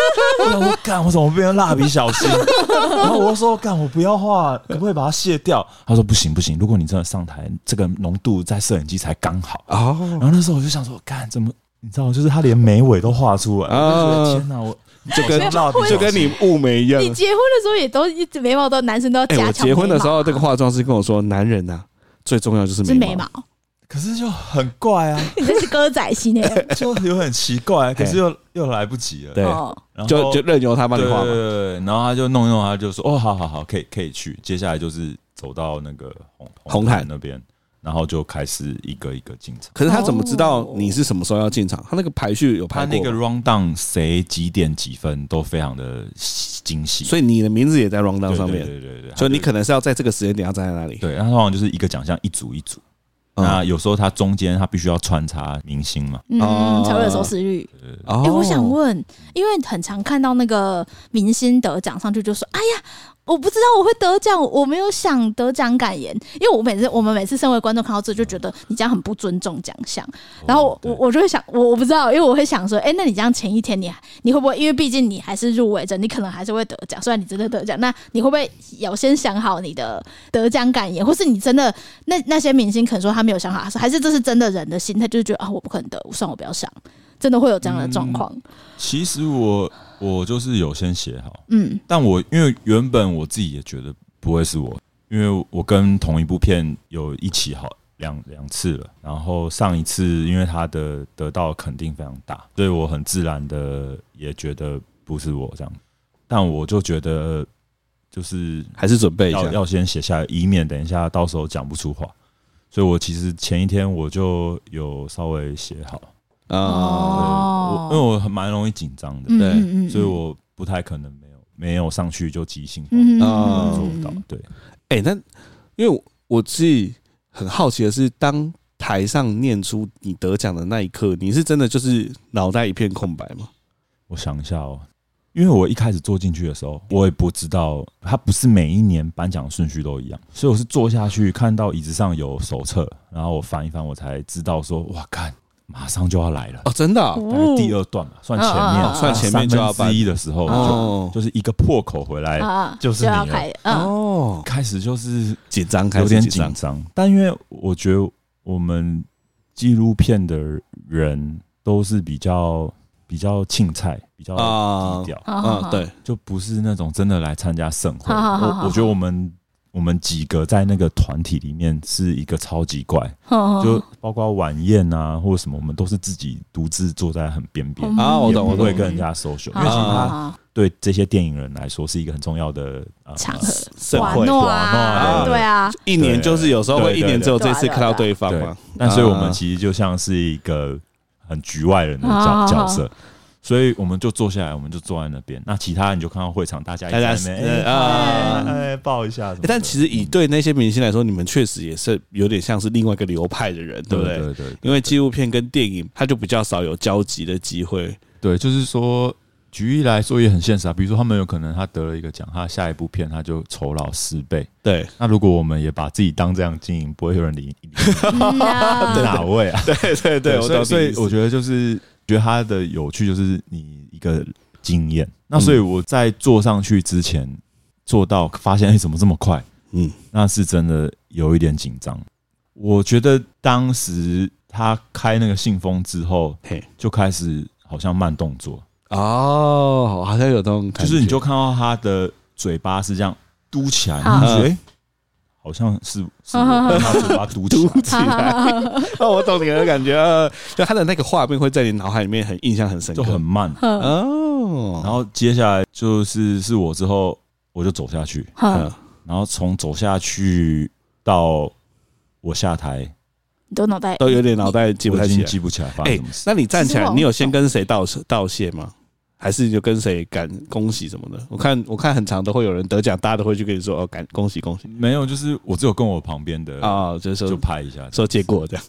我想说干，我怎么变成蜡笔小新？然后我就说干，我不要画，可不可以把它卸掉？他说不行，如果你真的上台，这个浓度在摄影机才刚好。哦，然后那时候我就想说干，怎么你知道，就是他连眉尾都画出来，我就觉得天哪，我。 就跟你雾眉一样。 你结婚的时候也都一直眉毛都男生都要加强眉毛。 我结婚的时候，这个化妆师跟我说，男人啊最重要就是眉毛。 可是就很怪啊， 你这是歌仔戏呢， 就有很奇怪，可是又来不及了。 对，就任由他帮你画嘛。 对，然后他就弄，他就说哦，好，可以去。接下来就是走到那个红毯那边。然后就开始一个一个进场。 可是他怎么知道你是什么时候要进场？他那个排序有排过， 他那个 round down 谁几点几分都非常的精细， 所以你的名字也在 round down 上面。 对， 所以你可能是要在这个时间点要站在那里。 对，他通常就是一个奖项一组一组。那有时候他中间他必须要穿插明星嘛， 才会有收视率。我想问，因为很常看到那个明星得奖上去就说：“哎呀，我不知道我会得奖，我没有想得奖感言。”因为我们每次身为观众看到这就觉得你这样很不尊重奖项。然后我就会想，我不知道，因为我会想说，那你这样前一天你会不会？因为毕竟你还是入围者，你可能还是会得奖。虽然你真的得奖，那你会不会有先想好你的得奖感言，或是你真的那些明星可能说他没有想好，还是这是真的人的心态，就是觉得我不可能得，算我不要想。真的会有这样的状况。 其实我就是有先写好，但因为原本我自己也觉得不会是我，因为我跟同一部片有一起好两次了，然后上一次因为他得到的肯定非常大，所以我很自然的也觉得不是我这样，但我就觉得就是还是准备一下， 要先写下来，以免等一下到时候讲不出话，所以我其实前一天我就有稍微写好。因为我蛮容易紧张的，对，所以我不太可能没有上去就即兴做不到。对， 那因为我自己很好奇的是，当台上念出你得奖的那一刻，你是真的就是脑袋一片空白吗？ 我想一下哦，因为我一开始坐进去的时候，我也不知道它不是每一年颁奖顺序都一样，所以我是坐下去看到椅子上有手册，然后我翻一翻，我才知道说哇，看。马上就要来了真的， 大概第二段嘛，算前面就要3/3的时候，就是一个破口回来，就是你了。开始就是紧张， 有点紧张，但因为我觉得我们纪录片的人都是比较青菜，比较低调， 对， 就不是那种真的来参加盛会。我觉得我们几个在那个团体里面是一个超级怪，就包括晚宴啊或者什么，我们都是自己独自坐在很边边我懂， 不会跟人家 social，因为其实它对这些电影人来说是一个很重要的场合， 盛会对啊， 一年就是有时候会一年只有这次看到对方嘛， 但所以我们其实就像是一个很局外人的角色。所以我们就坐下来，我们就坐在那边。那其他人就看到会场，大家一直在那边抱一下。 但其实以对那些明星来说，你们确实也是有点像是另外一个流派的人，对不对？对。因为纪录片跟电影，它就比较少有交集的机会。 对，就是说，举例来说也很现实啊。比如说，他们有可能他得了一个奖，他下一部片他就酬劳10倍。 对。 那如果我们也把自己当这样经营，不会有人理哪位啊？ 对， 所以我觉得就是。觉得它的有趣就是你一个经验，那所以我在坐上去之前做到发现怎么这么快，那是真的有一点紧张。我觉得当时他开那个信封之后，就开始好像慢动作好像有那种感觉， 就是你就看到他的嘴巴是这样嘟起来，你觉得好像是我他嘴巴嘟起来我懂你的感觉，就他的那个画面会在你脑海里面很印象很深刻， 就很慢然后接下来就是我之后我就走下去，然后从走下去到我下台， 你都有点脑袋记不太起来， 记不起来发生什么事。 那你站起来，你有先跟谁道谢吗？还是就跟谁恭喜什么的？我看很常都会有人得奖，大家都会去跟你说恭喜。 没有，就是我只有跟我旁边的就是就拍一下， 说借过这样。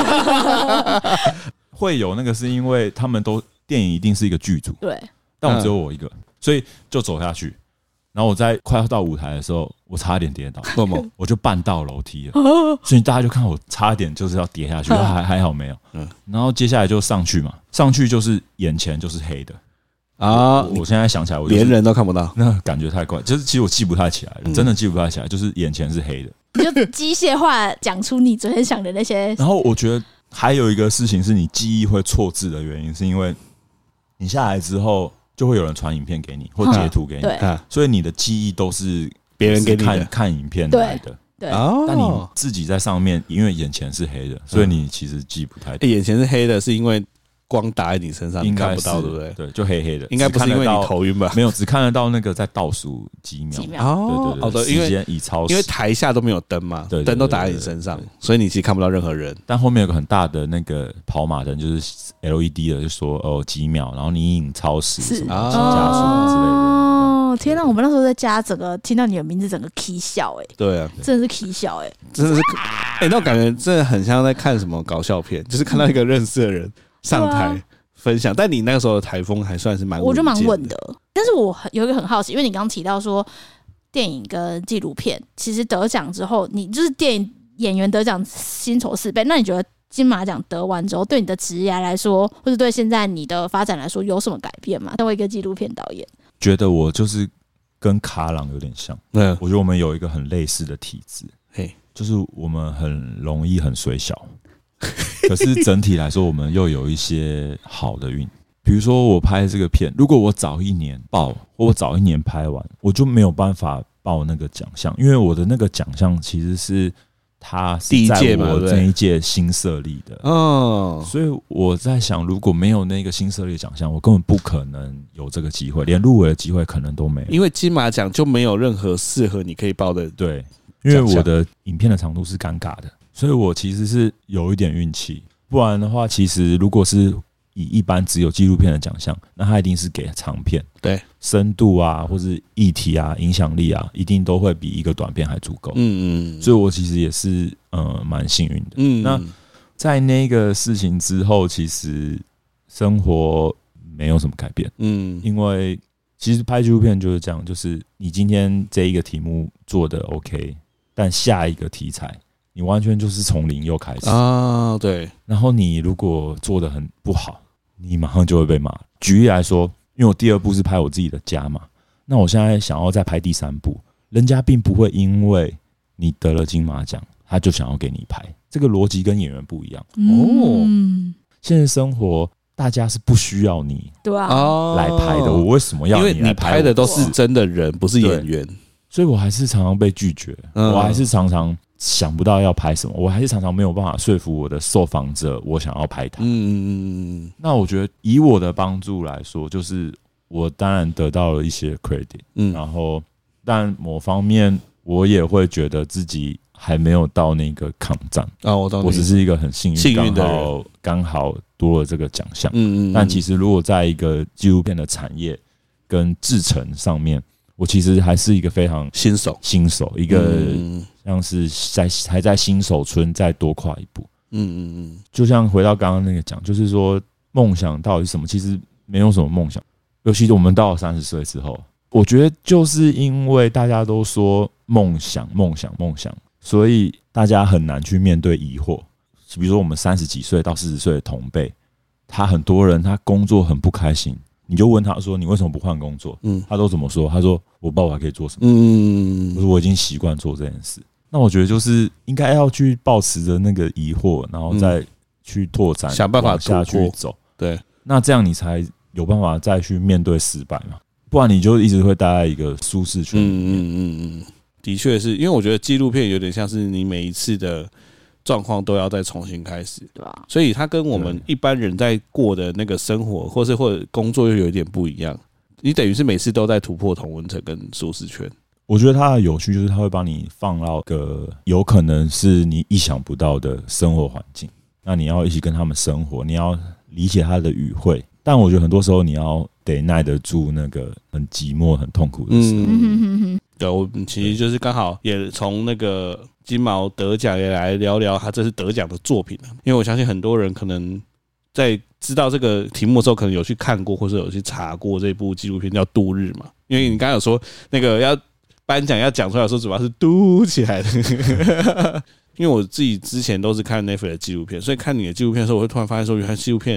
会有那个是因为他们都电影一定是一个剧组， 对， 但我只有我一个，所以就走下去。然后我在快要到舞台的时候，我差点跌倒，我就绊到楼梯了，所以大家就看我差点就是要跌下去，还好没有。然后接下来就上去嘛，上去就是眼前就是黑的。 啊！我现在想起来，我连人都看不到， 那感觉太怪。就是其实我记不太起来了，真的记不太起来，就是眼前是黑的。 你就机械化讲出你昨天想的那些。 然后我觉得还有一个事情是你记忆会错字的原因，是因为你下来之后就会有人传影片给你或截图给你，所以你的记忆都是别人给你的看影片来的。 对， 但你自己在上面，因为眼前是黑的，所以你其实记不太。 眼前是黑的，是因为光打在你身上，你看不到，对不对？ 对，就黑黑的， 应该不是因为你头晕吧？ 没有，只看得到那个在倒数几秒。对，时间已超时， 因为台下都没有灯嘛，灯都打在你身上，所以你其实看不到任何人。 但后面有个很大的那个跑马灯，就是 LED 的，就说几秒，然后你已经超时，什么加速之类的。 天哪！我们那时候在家，整个听到你的名字，整个起笑对啊， 真的是起笑真的是那种感觉，真的很像在看什么搞笑片，就是看到一个认识的人上台分享。但你那个时候的台风还算是蛮稳， 我觉得蛮稳的。但是我有一个很好奇，因为你刚刚提到说电影跟纪录片其实得奖之后，你就是电影演员得奖薪酬4倍，那你觉得金马奖得完之后，对你的职业来说，或者对现在你的发展来说，有什么改变吗？作为一个纪录片导演， 觉得我就是跟卡朗有点像。我觉得我们有一个很类似的体质，就是我们很容易很衰小，可是整体来说，我们又有一些好的运。比如说我拍这个片，如果我早一年报，或我早一年拍完，我就没有办法报那个奖项，因为我的那个奖项其实是他是在我这一届新设立的，所以我在想，如果没有那个新设立的奖项，我根本不可能有这个机会，连入围的机会可能都没有。 因为金马奖就没有任何适合你可以报的， 对，因为我的影片的长度是尴尬的，所以我其实是有一点运气。不然的话，其实如果是以一般只有纪录片的奖项，那它一定是给长片， 对， 深度啊，或是议题啊、影响力啊，一定都会比一个短片还足够。所以我其实也是蛮幸运的。那在那个事情之后，其实生活没有什么改变。因为其实拍纪录片就是这样，就是你今天这一个题目做的 OK， 但下一个题材你完全就是从零又开始啊，对。 然后你如果做的很不好，你马上就会被骂。举例来说，因为我第2部是拍我自己的家嘛，那我现在想要再拍第3部，人家并不会因为你得了金马奖，他就想要给你拍，这个逻辑跟演员不一样。现在生活大家是不需要你来拍的，我为什么要你来拍？ 因为你拍的都是真的人，不是演员， 所以我还是常常被拒绝，我还是常常想不到要拍什么，我还是常常没有办法说服我的受访者我想要拍它。那我觉得以我的帮助来说，就是我当然得到了一些 credit，然后但某方面我也会觉得自己还没有到那个抗战我只是一个很幸运的人，刚好多了这个奖项。但其实如果在一个纪录片的产业跟制程上面，我其实还是一个非常新手， 一个像是还在新手村再多跨一步。就像回到刚刚那个讲，就是说梦想到底是什么？其实没有什么梦想，尤其是我们到了30岁之后，我觉得就是因为大家都说梦想，所以大家很难去面对疑惑。比如说我们30几岁到40岁的同辈，他很多人他工作很不开心，你就问他说你为什么不换工作？他都怎么说？他说我不知道我还可以做什么。我说我已经习惯做这件事。那我觉得就是应该要去抱持着那个疑惑，然后再去拓展， 想办法下去走。 对， 那这样你才有办法再去面对失败嘛，不然你就一直会待在一个舒适圈里面。 的确是因为我觉得纪录片有点像是你每一次的状况都要再重新开始，对吧？所以它跟我们一般人在过的那个生活或者工作又有一点不一样。你等于是每次都在突破同温层跟舒适圈。 我觉得它的有趣就是它会把你放到个有可能是你意想不到的生活环境，那你要一起跟他们生活，你要理解他的语汇，但我觉得很多时候你要得耐得住那个很寂寞很痛苦的时候。 对，我其实就是刚好也从那个金毛得奖也来聊聊他这次得奖的作品，因为我相信很多人可能在知道这个题目的时候，可能有去看过或者有去查过这部纪录片叫《度日》嘛，因为你刚刚有说那个要颁奖要讲出来的时候，主要是嘟起来的。因为我自己之前都是看 Netflix 的纪录片，所以看你的纪录片的时候，我会突然发现说，原来纪录片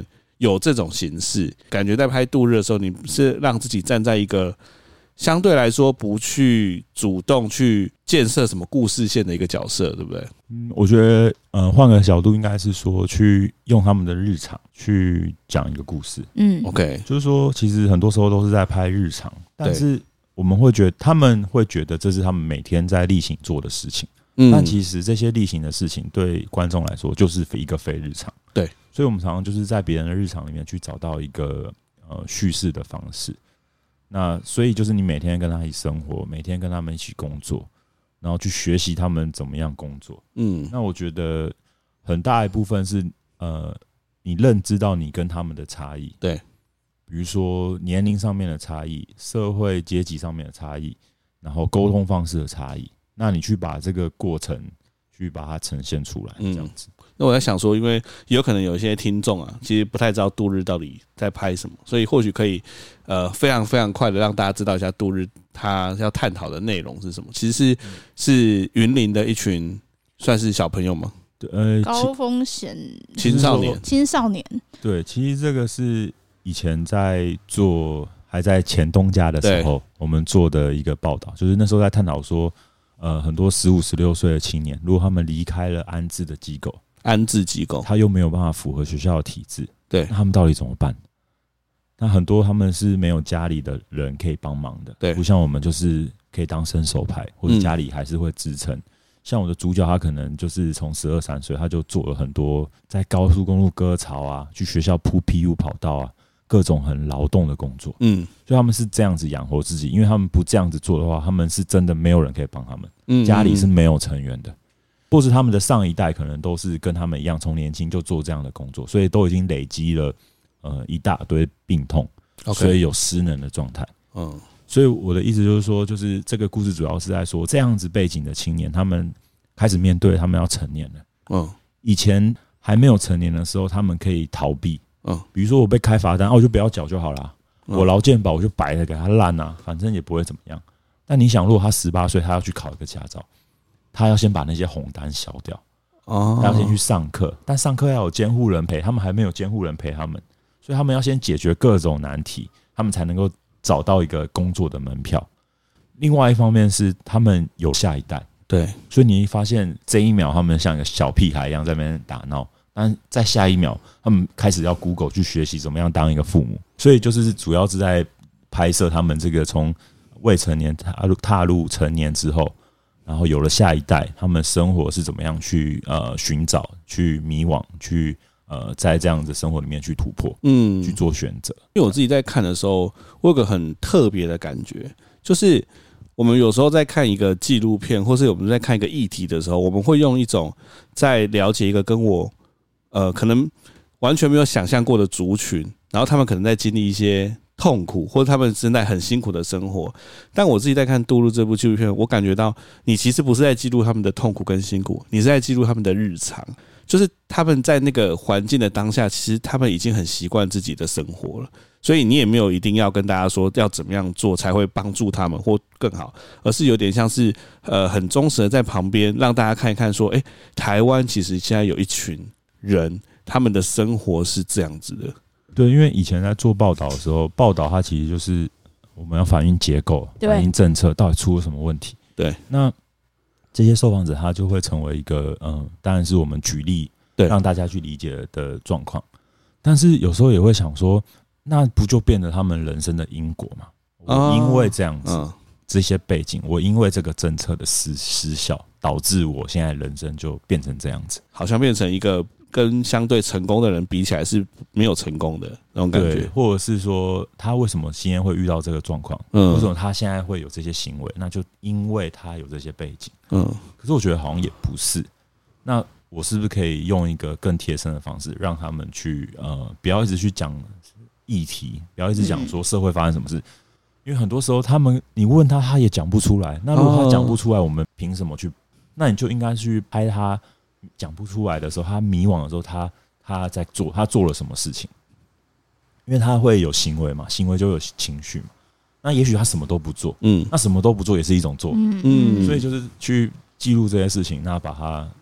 有这种形式，感觉在拍度日的时候，你是让自己站在一个相对来说不去主动去建设什么故事线的一个角色，对不对？ 我觉得换个角度应该是说去用他们的日常去讲一个故事。 OK， 就是说其实很多时候都是在拍日常，但是我们会觉得他们会觉得这是他们每天在例行做的事情。但其实这些例行的事情对观众来说就是一个非日常，对，所以我们常常就是在别人的日常里面去找到一个叙事的方式。那所以就是你每天跟他一起生活，每天跟他们一起工作，然后去学习他们怎么样工作。那我觉得很大一部分是你认知到你跟他们的差异，对，比如说年龄上面的差异、社会阶级上面的差异，然后沟通方式的差异。那你去把这个过程去把它呈现出来，这样子。 那我在想说，因为有可能有一些听众啊，其实不太知道度日到底在拍什么，所以或许可以非常非常快的让大家知道一下度日他要探讨的内容是什么。其实是云林的一群算是小朋友吗？ 高风险青少年。 对， 其实这个是以前在做还在前东家的时候，我们做的一个报道，就是那时候在探讨说。很多15、16岁的青年，如果他们离开了安置机构，他又没有办法符合学校的体制，对，那他们到底怎么办？那很多他们是没有家里的人可以帮忙的，对，不像我们就是可以当伸手牌，或者家里还是会支撑。像我的主角，他可能就是从12、13岁，他就做了很多在高速公路割草啊，去学校铺 PU 跑道啊。各种很劳动的工作，所以他们是这样子养活自己，因为他们不这样子做的话，他们是真的没有人可以帮他们，家里是没有成员的，或是他们的上一代可能都是跟他们一样，从年轻就做这样的工作，所以都已经累积了一大堆病痛，所以有失能的状态。所以我的意思就是说，就是这个故事主要是在说这样子背景的青年，他们开始面对他们要成年了。以前还没有成年的时候，他们可以逃避。比如说我被开罚单，我就不要缴就好了。我劳健保我就白了给他烂啊，反正也不会怎么样。但你想，如果他18岁，他要去考一个驾照，他要先把那些红单消掉，他要先去上课，但上课要有监护人陪，他们还没有监护人陪他们，所以他们要先解决各种难题，他们才能够找到一个工作的门票。另外一方面是他们有下一代，对，所以你发现这一秒他们像一个小屁孩一样在那边打闹。但在下一秒，他们开始要 Google 去学习怎么样当一个父母，所以就是主要是在拍摄他们这个从未成年踏入成年之后，然后有了下一代，他们生活是怎么样去寻找、去迷惘、去在这样的生活里面去突破，去做选择。 因为我自己在看的时候，我有个很特别的感觉，就是我们有时候在看一个纪录片，或是我们在看一个议题的时候，我们会用一种在了解一个跟我可能完全没有想象过的族群，然后他们可能在经历一些痛苦，或者他们正在很辛苦的生活。但我自己在看《度日》这部纪录片，我感觉到你其实不是在记录他们的痛苦跟辛苦，你是在记录他们的日常。就是他们在那个环境的当下，其实他们已经很习惯自己的生活了，所以你也没有一定要跟大家说要怎么样做才会帮助他们或更好，而是有点像是很忠实的在旁边让大家看一看说，台湾其实现在有一群人，他们的生活是这样子的。 对，因为以前在做报道的时候，报道它其实就是我们要反映结构、反映政策到底出了什么问题。对，那这些受访者他就会成为一个当然是我们举例让大家去理解的状况。但是有时候也会想说，那不就变得他们人生的因果吗？我因为这样子这些背景，我因为这个政策的失效，导致我现在人生就变成这样子， 好像变成一个跟相对成功的人比起来是没有成功的那种感觉， 或者是说他为什么今天会遇到这个状况？为什么他现在会有这些行为？那就因为他有这些背景。可是我觉得好像也不是。那我是不是可以用一个更贴身的方式，让他们去不要一直去讲议题，不要一直讲说社会发生什么事？因为很多时候你问他也讲不出来。那如果他讲不出来，我们凭什么去？那你就应该去拍他讲不出来的时候，他迷惘的时候，他做了什么事情？因为他会有行为嘛，行为就有情绪嘛。那也许他什么都不做，那什么都不做也是一种做，所以就是去记录这些事情，那把它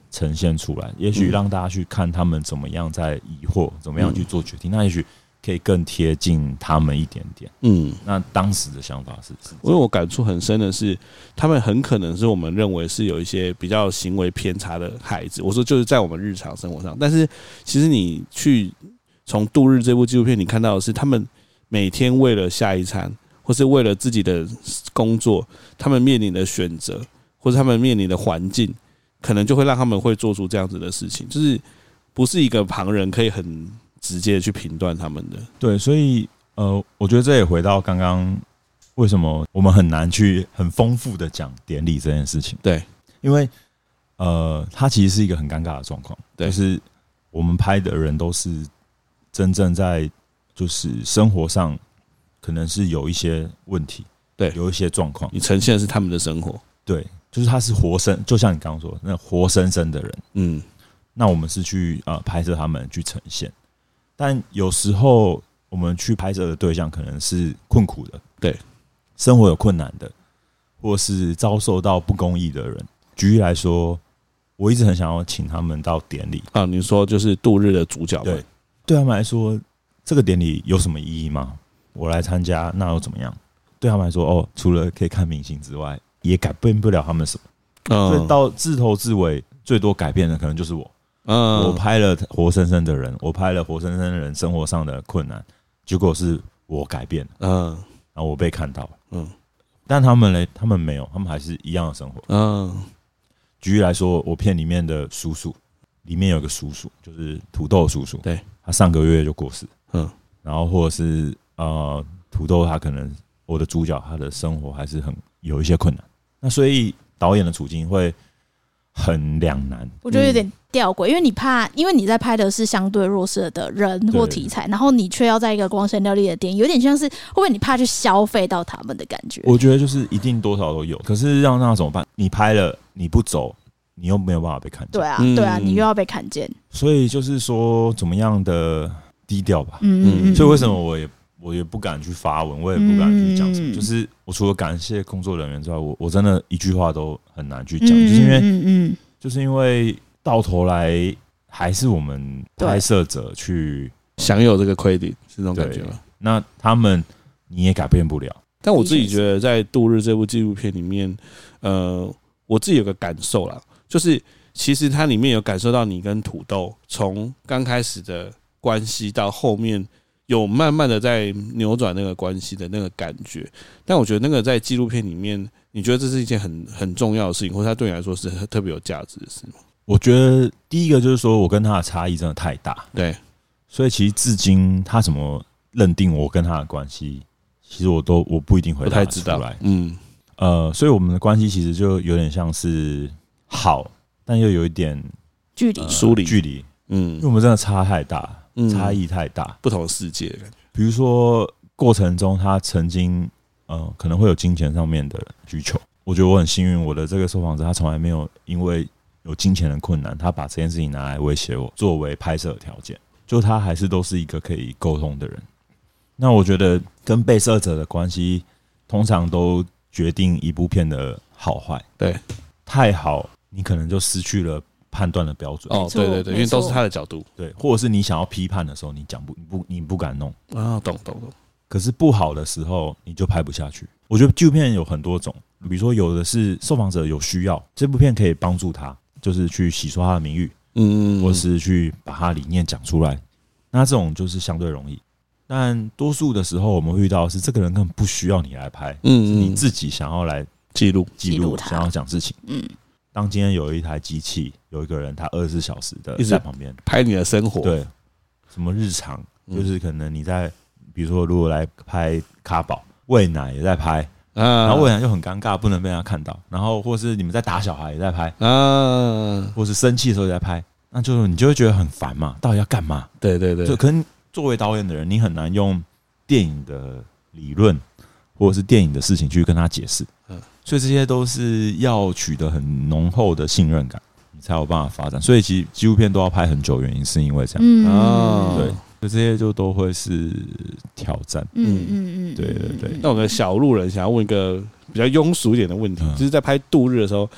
呈现出来，也许让大家去看他们怎么样在疑惑，怎么样去做决定，那也许可以更贴近他们一点点。那当时的想法是， 因为我感触很深的是，他们很可能是我们认为是有一些比较行为偏差的孩子。我说就是在我们日常生活上，但是其实你去从《度日》这部纪录片，你看到的是他们每天为了下一餐，或是为了自己的工作，他们面临的选择，或是他们面临的环境，可能就会让他们会做出这样子的事情，就是不是一个旁人可以很直接的去评断他们的。 对，所以我觉得这也回到刚刚为什么我们很难去很丰富的讲典礼这件事情。 对， 因为它其实是一个很尴尬的状况，就是我们拍的人都是真正在就是生活上可能是有一些问题， 对， 有一些状况， 你呈现的是他们的生活， 对，就是他是活生，就像你刚刚说的那活生生的人，那我们是去拍摄他们去呈现，但有时候我们去拍摄的对象可能是困苦的， 对， 生活有困难的，或是遭受到不公义的人。举例来说，我一直很想要请他们到典礼啊，你说就是度日的主角们， 对他们来说，这个典礼有什么意义吗？我来参加，那又怎么样？对他们来说，除了可以看明星之外，也改变不了他们什么。所以到自头至尾，最多改变的可能就是我。我拍了活生生的人，我拍了活生生的人生活上的困难，结果是我改变了。然后我被看到了。但他们呢？他们没有，他们还是一样的生活。举例来说，我片里面的叔叔，里面有个叔叔，就是土豆叔叔， 对， 他上个月就过世。然后或者是土豆他可能我的主角他的生活还是很有一些困难，那所以导演的处境会很两难， 我觉得有点吊诡，因为你在拍的是相对弱势的人或题材，然后你却要在一个光鲜亮丽的电影，有点像是会不会你怕去消费到他们的感觉？ 我觉得就是一定多少都有，可是让那怎么办？你拍了你不走，你又没有办法被看见。 对啊，你又要被看见， 所以就是说怎么样的低调吧。所以为什么我也不敢去发文，我也不敢去讲什么。就是我除了感谢工作人员之外，我真的一句话都很难去讲，就是因为到头来还是我们拍摄者去享有这个 credit， 是这种感觉吗？ 那他们你也改变不了。 但我自己觉得在《度日》这部纪录片里面，我自己有个感受啦，就是其实它里面有感受到你跟土豆从刚开始的关系到后面有慢慢的在扭转那个关系的那个感觉。但我觉得那个在纪录片里面，你觉得这是一件很重要的事情，或者它对你来说是特别有价值的事吗？ 我觉得第一个就是说我跟他的差异真的太大， 对， 所以其实至今他怎么认定我跟他的关系，其实我不一定回答得出来。所以我们的关系其实就有点像是好，但又有一点距离， 疏离， 距离。因为我们真的差太大，差异太大， 不同的世界的感觉。 比如说过程中，他曾经可能会有金钱上面的需求。我觉得我很幸运，我的这个受访者他从来没有因为有金钱的困难，他把这件事情拿来威胁我，作为拍摄的条件。就他还是都是一个可以沟通的人。那我觉得跟被摄者的关系，通常都决定一部片的好坏。对，太好，你可能就失去了判断的标准。 对，因为都是他的角度。 对，或者是你想要批判的时候，你不敢弄啊，懂。 可是不好的时候，你就拍不下去。我觉得纪录片有很多种，比如说有的是受访者有需要，这部片可以帮助他，就是去洗刷他的名誉，或是去把他的理念讲出来。那这种就是相对容易。但多数的时候，我们会遇到的是这个人根本不需要你来拍，是你自己想要来记录，想要讲事情。当今天有一台机器，有一个人他24小时的在旁边拍你的生活， 对，什么日常，就是可能你在，比如说如果来拍卡宝喂奶也在拍，然后喂奶就很尴尬，不能被他看到，然后或是你们在打小孩也在拍，或是生气的时候也在拍，那就你就会觉得很烦嘛，到底要干嘛？ 对， 就可能作为导演的人，你很难用电影的理论或者是电影的事情去跟他解释。所以这些都是要取得很浓厚的信任感，你才有办法发展。所以其实纪录片都要拍很久，原因是因为这样。对，所以这些就都会是挑战。对。那我跟小路人想要问一个比较庸俗一点的问题，就是在拍度日的时候，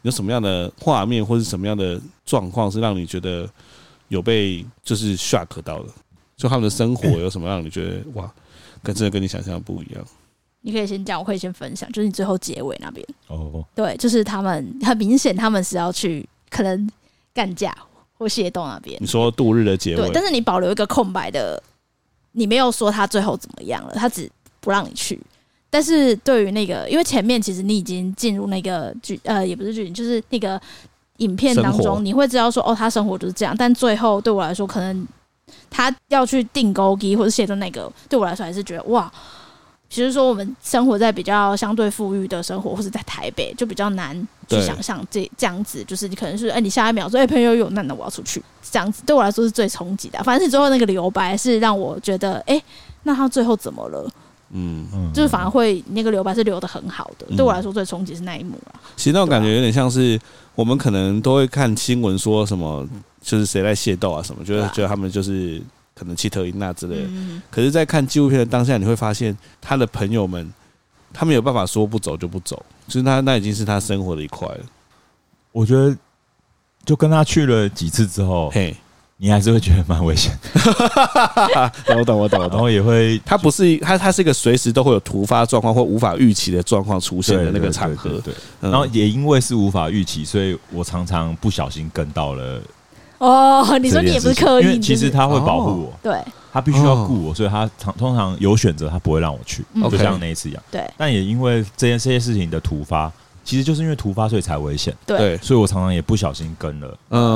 有什么样的画面或是什么样的状况是让你觉得有被就是 shock 到的？就他们的生活有什么让你觉得哇，真的跟你想象的不一样？ 你可以先讲，我可以先分享，就是你最后结尾那边。对，就是他们很明显，他们是要去可能干架或械斗那边。 你说度日的结尾， 对，但是你保留一个空白的，你没有说他最后怎么样了，他只不让你去。但是对于那个，因为前面其实你已经进入那个也不是剧情，就是那个影片当中，你会知道说他生活就是这样。但最后对我来说，可能他要去订钩机或者械斗那个，对我来说还是觉得哇。其实说我们生活在比较相对富裕的生活，或是在台北，就比较难去想象这样子，就是你可能是你下一秒说朋友有难的我要出去，这样子对我来说是最冲击的。反正是最后那个留白是让我觉得那他最后怎么了？就是反而会那个留白是留得很好的，对我来说最冲击是那一幕啦。 其实那种感觉有点像是我们可能都会看新闻说什么，就是谁在械斗啊什么，觉得他们就是可能气特音那之类的。可是，在看纪录片的当下，你会发现他的朋友们，他们有办法说不走就不走，就是那已经是他生活的一块了。 我觉得，就跟他去了几次之后，你还是会觉得蛮危险的。 我懂。 然后也会， 他不是他是一个随时都会有突发状况或无法预期的状况出现的那个场合。 对，然后也因为是无法预期，所以我常常不小心跟到了。 你说你也不是刻意， 因为其实他会保护我， 对， 他必须要顾我，所以他通常有选择，他不会让我去，就像那一次一样。 对， 但也因为这些事情的突发，其实就是因为突发所以才危险。 对， 所以我常常也不小心跟了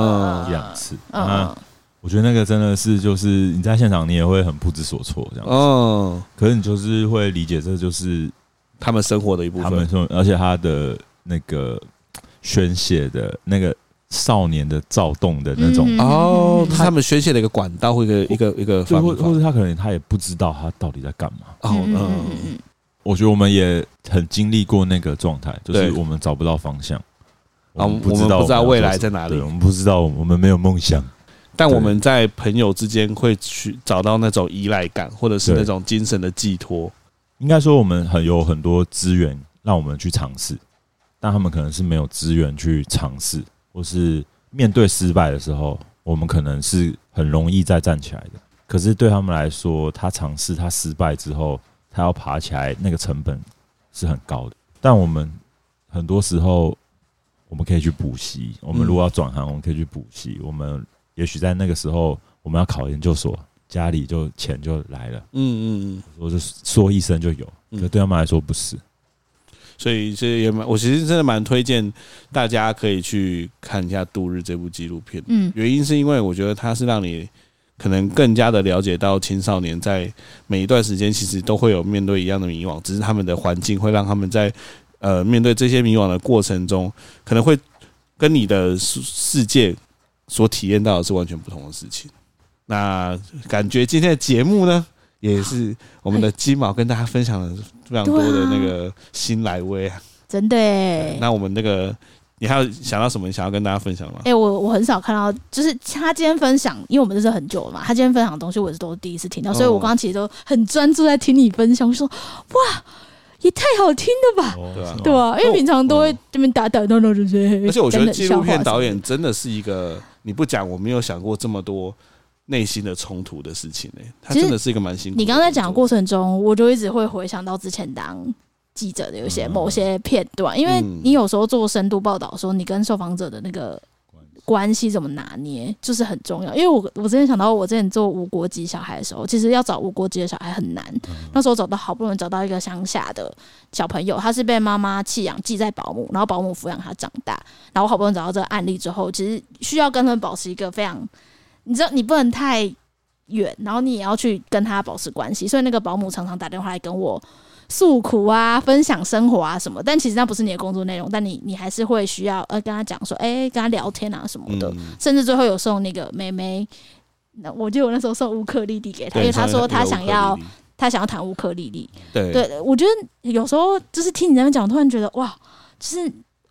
1-2次。我觉得那个真的是，就是你在现场你也会很不知所措这样子。可是你就是会理解，这就是他们生活的一部分。 而且他的那个宣泄的那个。少年的躁动的那种他们宣泄的一个管道或一个方法， 或者他可能他也不知道他到底在干嘛。我觉得我们也很经历过那个状态，就是我们找不到方向， 我们不知道未来在哪里， 我们不知道，我们没有梦想， 但我们在朋友之间会去找到那种依赖感，或者是那种精神的寄托。 应该说我们有很多资源让我们去尝试，但他们可能是没有资源去尝试。或是面对失败的时候，我们可能是很容易再站起来的。可是对他们来说，他尝试他失败之后，他要爬起来，那个成本是很高的。但我们很多时候，我们可以去补习。我们如果要转行，我们可以去补习。我们也许在那个时候，我们要考研究所，家里就钱就来了。我就说一声就有。可对他们来说不是。 所以这也我其实真的蛮推荐大家可以去看一下《度日》这部纪录片。原因是因为我觉得它是让你可能更加的了解到青少年在每一段时间其实都会有面对一样的迷惘，只是他们的环境会让他们在面对这些迷惘的过程中，可能会跟你的世界所体验到的是完全不同的事情。那感觉今天的节目呢，也是我们的金毛跟大家分享了非常多的那个新来威啊， 真的耶。 那我们那个，你还有想到什么想要跟大家分享吗？ 我很少看到，就是他今天分享，因为我们认识很久了嘛，他今天分享的东西我也是都是第一次听到，所以我刚刚其实都很专注在听你分享，我说哇，也太好听了吧，对吧？因为平常都会这边打闹这些， 而且我觉得纪录片导演真的是一个，你不讲我没有想过这么多内心的冲突的事情他真的是一个蛮辛苦的。 你刚才讲的过程中，我就一直会回想到之前当记者的有些某些片段，因为你有时候做深度报道的时候，你跟受访者的那个关系怎么拿捏，就是很重要。因为我之前想到，我之前做无国籍小孩的时候，其实要找无国籍的小孩很难。那时候好不容易找到一个乡下的小朋友，他是被妈妈弃养寄在保姆，然后保姆抚养他长大。然后好不容易找到这个案例之后，其实需要跟他们保持一个非常，你知道，你不能太远，然后你也要去跟他保持关系。所以那个保姆常常打电话来跟我诉苦啊，分享生活啊什么，但其实那不是你的工作内容，但你还是会需要跟他讲说，跟他聊天啊什么的，甚至最后有送那个妹妹，我记得我那时候送乌克丽丽给他，因为他说他想要弹乌克丽丽。对，我觉得有时候就是听你在那边讲，突然觉得哇，就是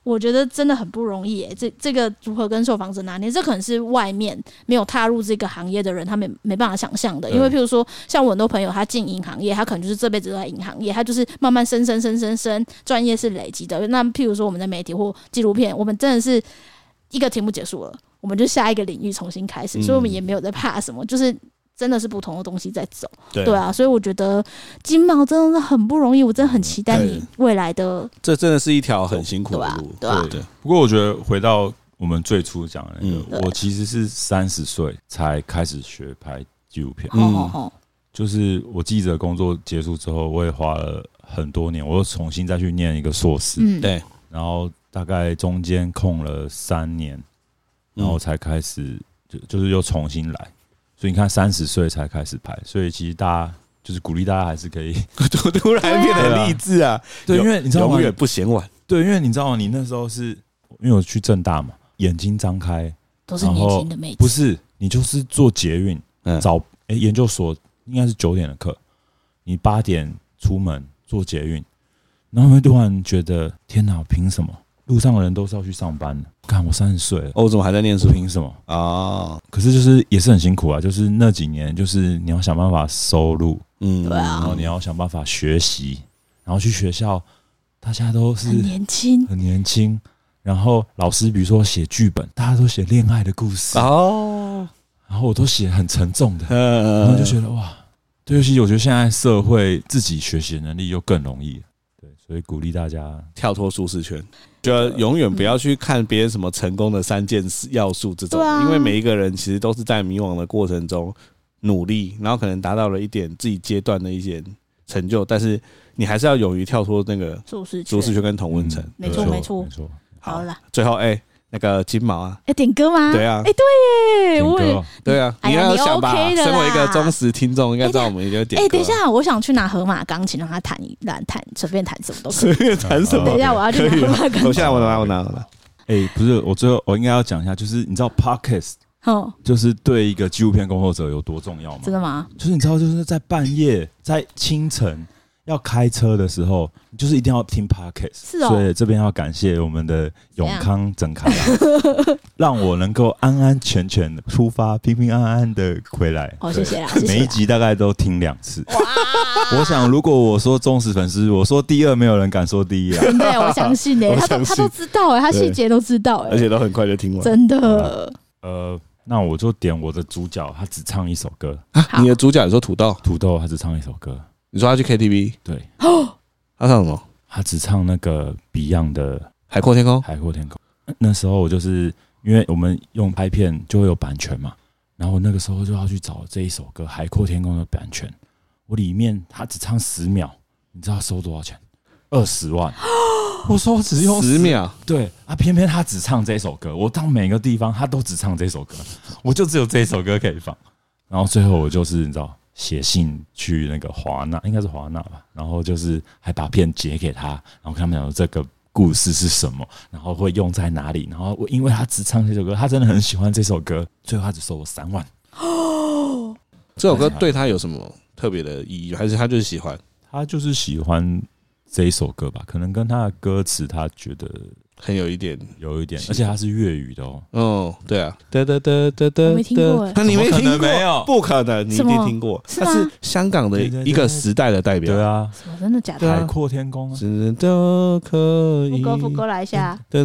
我觉得真的很不容易耶。这个如何跟受访者拿捏，这可能是外面没有踏入这个行业的人他们没办法想象的。因为譬如说像我很多朋友他进银行业，他可能就是这辈子都在银行业，他就是慢慢升，专业是累积的。那譬如说我们的媒体或纪录片，我们真的是一个题目结束了，我们就下一个领域重新开始，所以我们也没有在怕什么，就是真的是不同的东西在走。对啊，所以我觉得金毛真的是很不容易，我真的很期待你未来的。 这真的是一条很辛苦的路。 对。 不过我觉得回到我们最初讲的那个，我其实是30岁才开始学拍纪录片。就是我记者工作结束之后，我也花了很多年，我又重新再去念一个硕士。 对。 然后大概中间空了3年，然后才开始就是又重新来。所以你看，30岁才开始拍，所以其实大家就是鼓励大家还是可以突然变得很励志啊！ 对，因为你知道吗？ 永远不嫌晚。 对，因为你知道吗？你那时候是因为我去政大嘛，眼睛张开都是年轻的妹子， 不是你就是坐捷运，研究所应该是9点的课，你8点出门坐捷运，然后会突然觉得天哪，凭什么？路上的人都是要去上班的，看我30岁了， 我怎么还在念书？ 凭什么啊？可是就是也是很辛苦啊，就是那几年，就是你要想办法收入， 对啊， 然后你要想办法学习，然后去学校，大家都是很年轻， 然后老师比如说写剧本，大家都写恋爱的故事然后我都写很沉重的，然后就觉得哇，对，尤其我觉得现在社会自己学习的能力又更容易，对，所以鼓励大家跳脱舒适圈。就永远不要去看别人什么成功的3件要素这种，因为每一个人其实都是在迷惘的过程中努力，然后可能达到了一点自己阶段的一些成就，但是你还是要勇于跳脱那个舒适圈跟同温层。 没错。好了， 最后那个金毛啊， 点歌吗？ 对啊， 对耶， 对啊，你要想吧，身为一个忠实听众，应该知道我们一定会点歌。 等一下，我想去拿河马钢琴让他弹，随便弹什么都可以。 随便弹什么？ 等一下，我要去拿河马钢琴。 我现在我拿。 不是，我最后我应该要讲一下，就是你知道 Podcast 就是对一个纪录片工作者有多重要吗？ 真的吗？ 就是你知道，就是在半夜、在清晨要开车的时候，你就是一定要听 Podcast。 是哦。 所以这边要感谢我们的永康整开朗，让我能够安安全全的出发，平平安安的回来。 谢谢啦。 每一集大概都听2次。哇！我想，如果我说忠实粉丝，我说第2，没有人敢说第1啊。 真的，我相信他都知道他细节都知道而且都很快就听完。 真的。 那我就点我的主角，他只唱一首歌。 你的主角你说土豆， 他只唱一首歌。 你说他去 KTV？ 对。他唱什么？ 他只唱那个 Beyond 的《 海阔天空》。 那时候我就是因为我们用拍片就会有版权嘛，然后那个时候就要去找这一首歌《海阔天空》的版权。我里面他只唱10秒，你知道收多少钱？20万。我说我只用 10秒， 对啊，偏偏他只唱这首歌，我到每个地方他都只唱这首歌，我就只有这首歌可以放。然后最后我就是你知道写信去那个华纳，应该是华纳吧，然后就是还把片截给他，然后跟他们讲说这个故事是什么，然后会用在哪里，然后因为他只唱这首歌，他真的很喜欢这首歌，最后他只收我3万。 这首歌对他有什么特别的意义，还是他就是喜欢？ 他就是喜欢这一首歌吧，可能跟他的歌词他觉得很有一点， 而且它是粤语的哦。对啊， 我没听过， 你没听过？ 没有， 不可能，你一定听过。它是香港的一个时代的代表。 对啊， 什么真的假的？ 海阔天空啊， 都可以。 副歌来一下。 你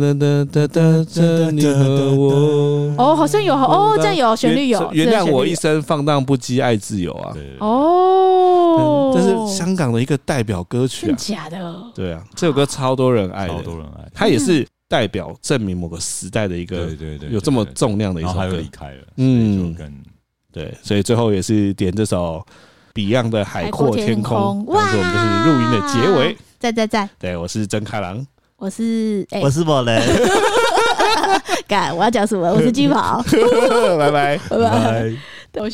和我。 好像有这样有旋律有。 原谅我一生放荡不羁爱自由啊。这是香港的一个代表歌曲啊。 真假的？ 对啊，这首歌超多人爱的，它也是代表证明某个时代的一个有这么重量的一首歌。 然后他又离开了， 对，所以最后也是点这首 Beyond 的《海阔天空》，当做我们就是录音的结尾。 在， 对，我是曾开朗， 我是某人。 干，我要讲什么？我是金毛。 拜拜。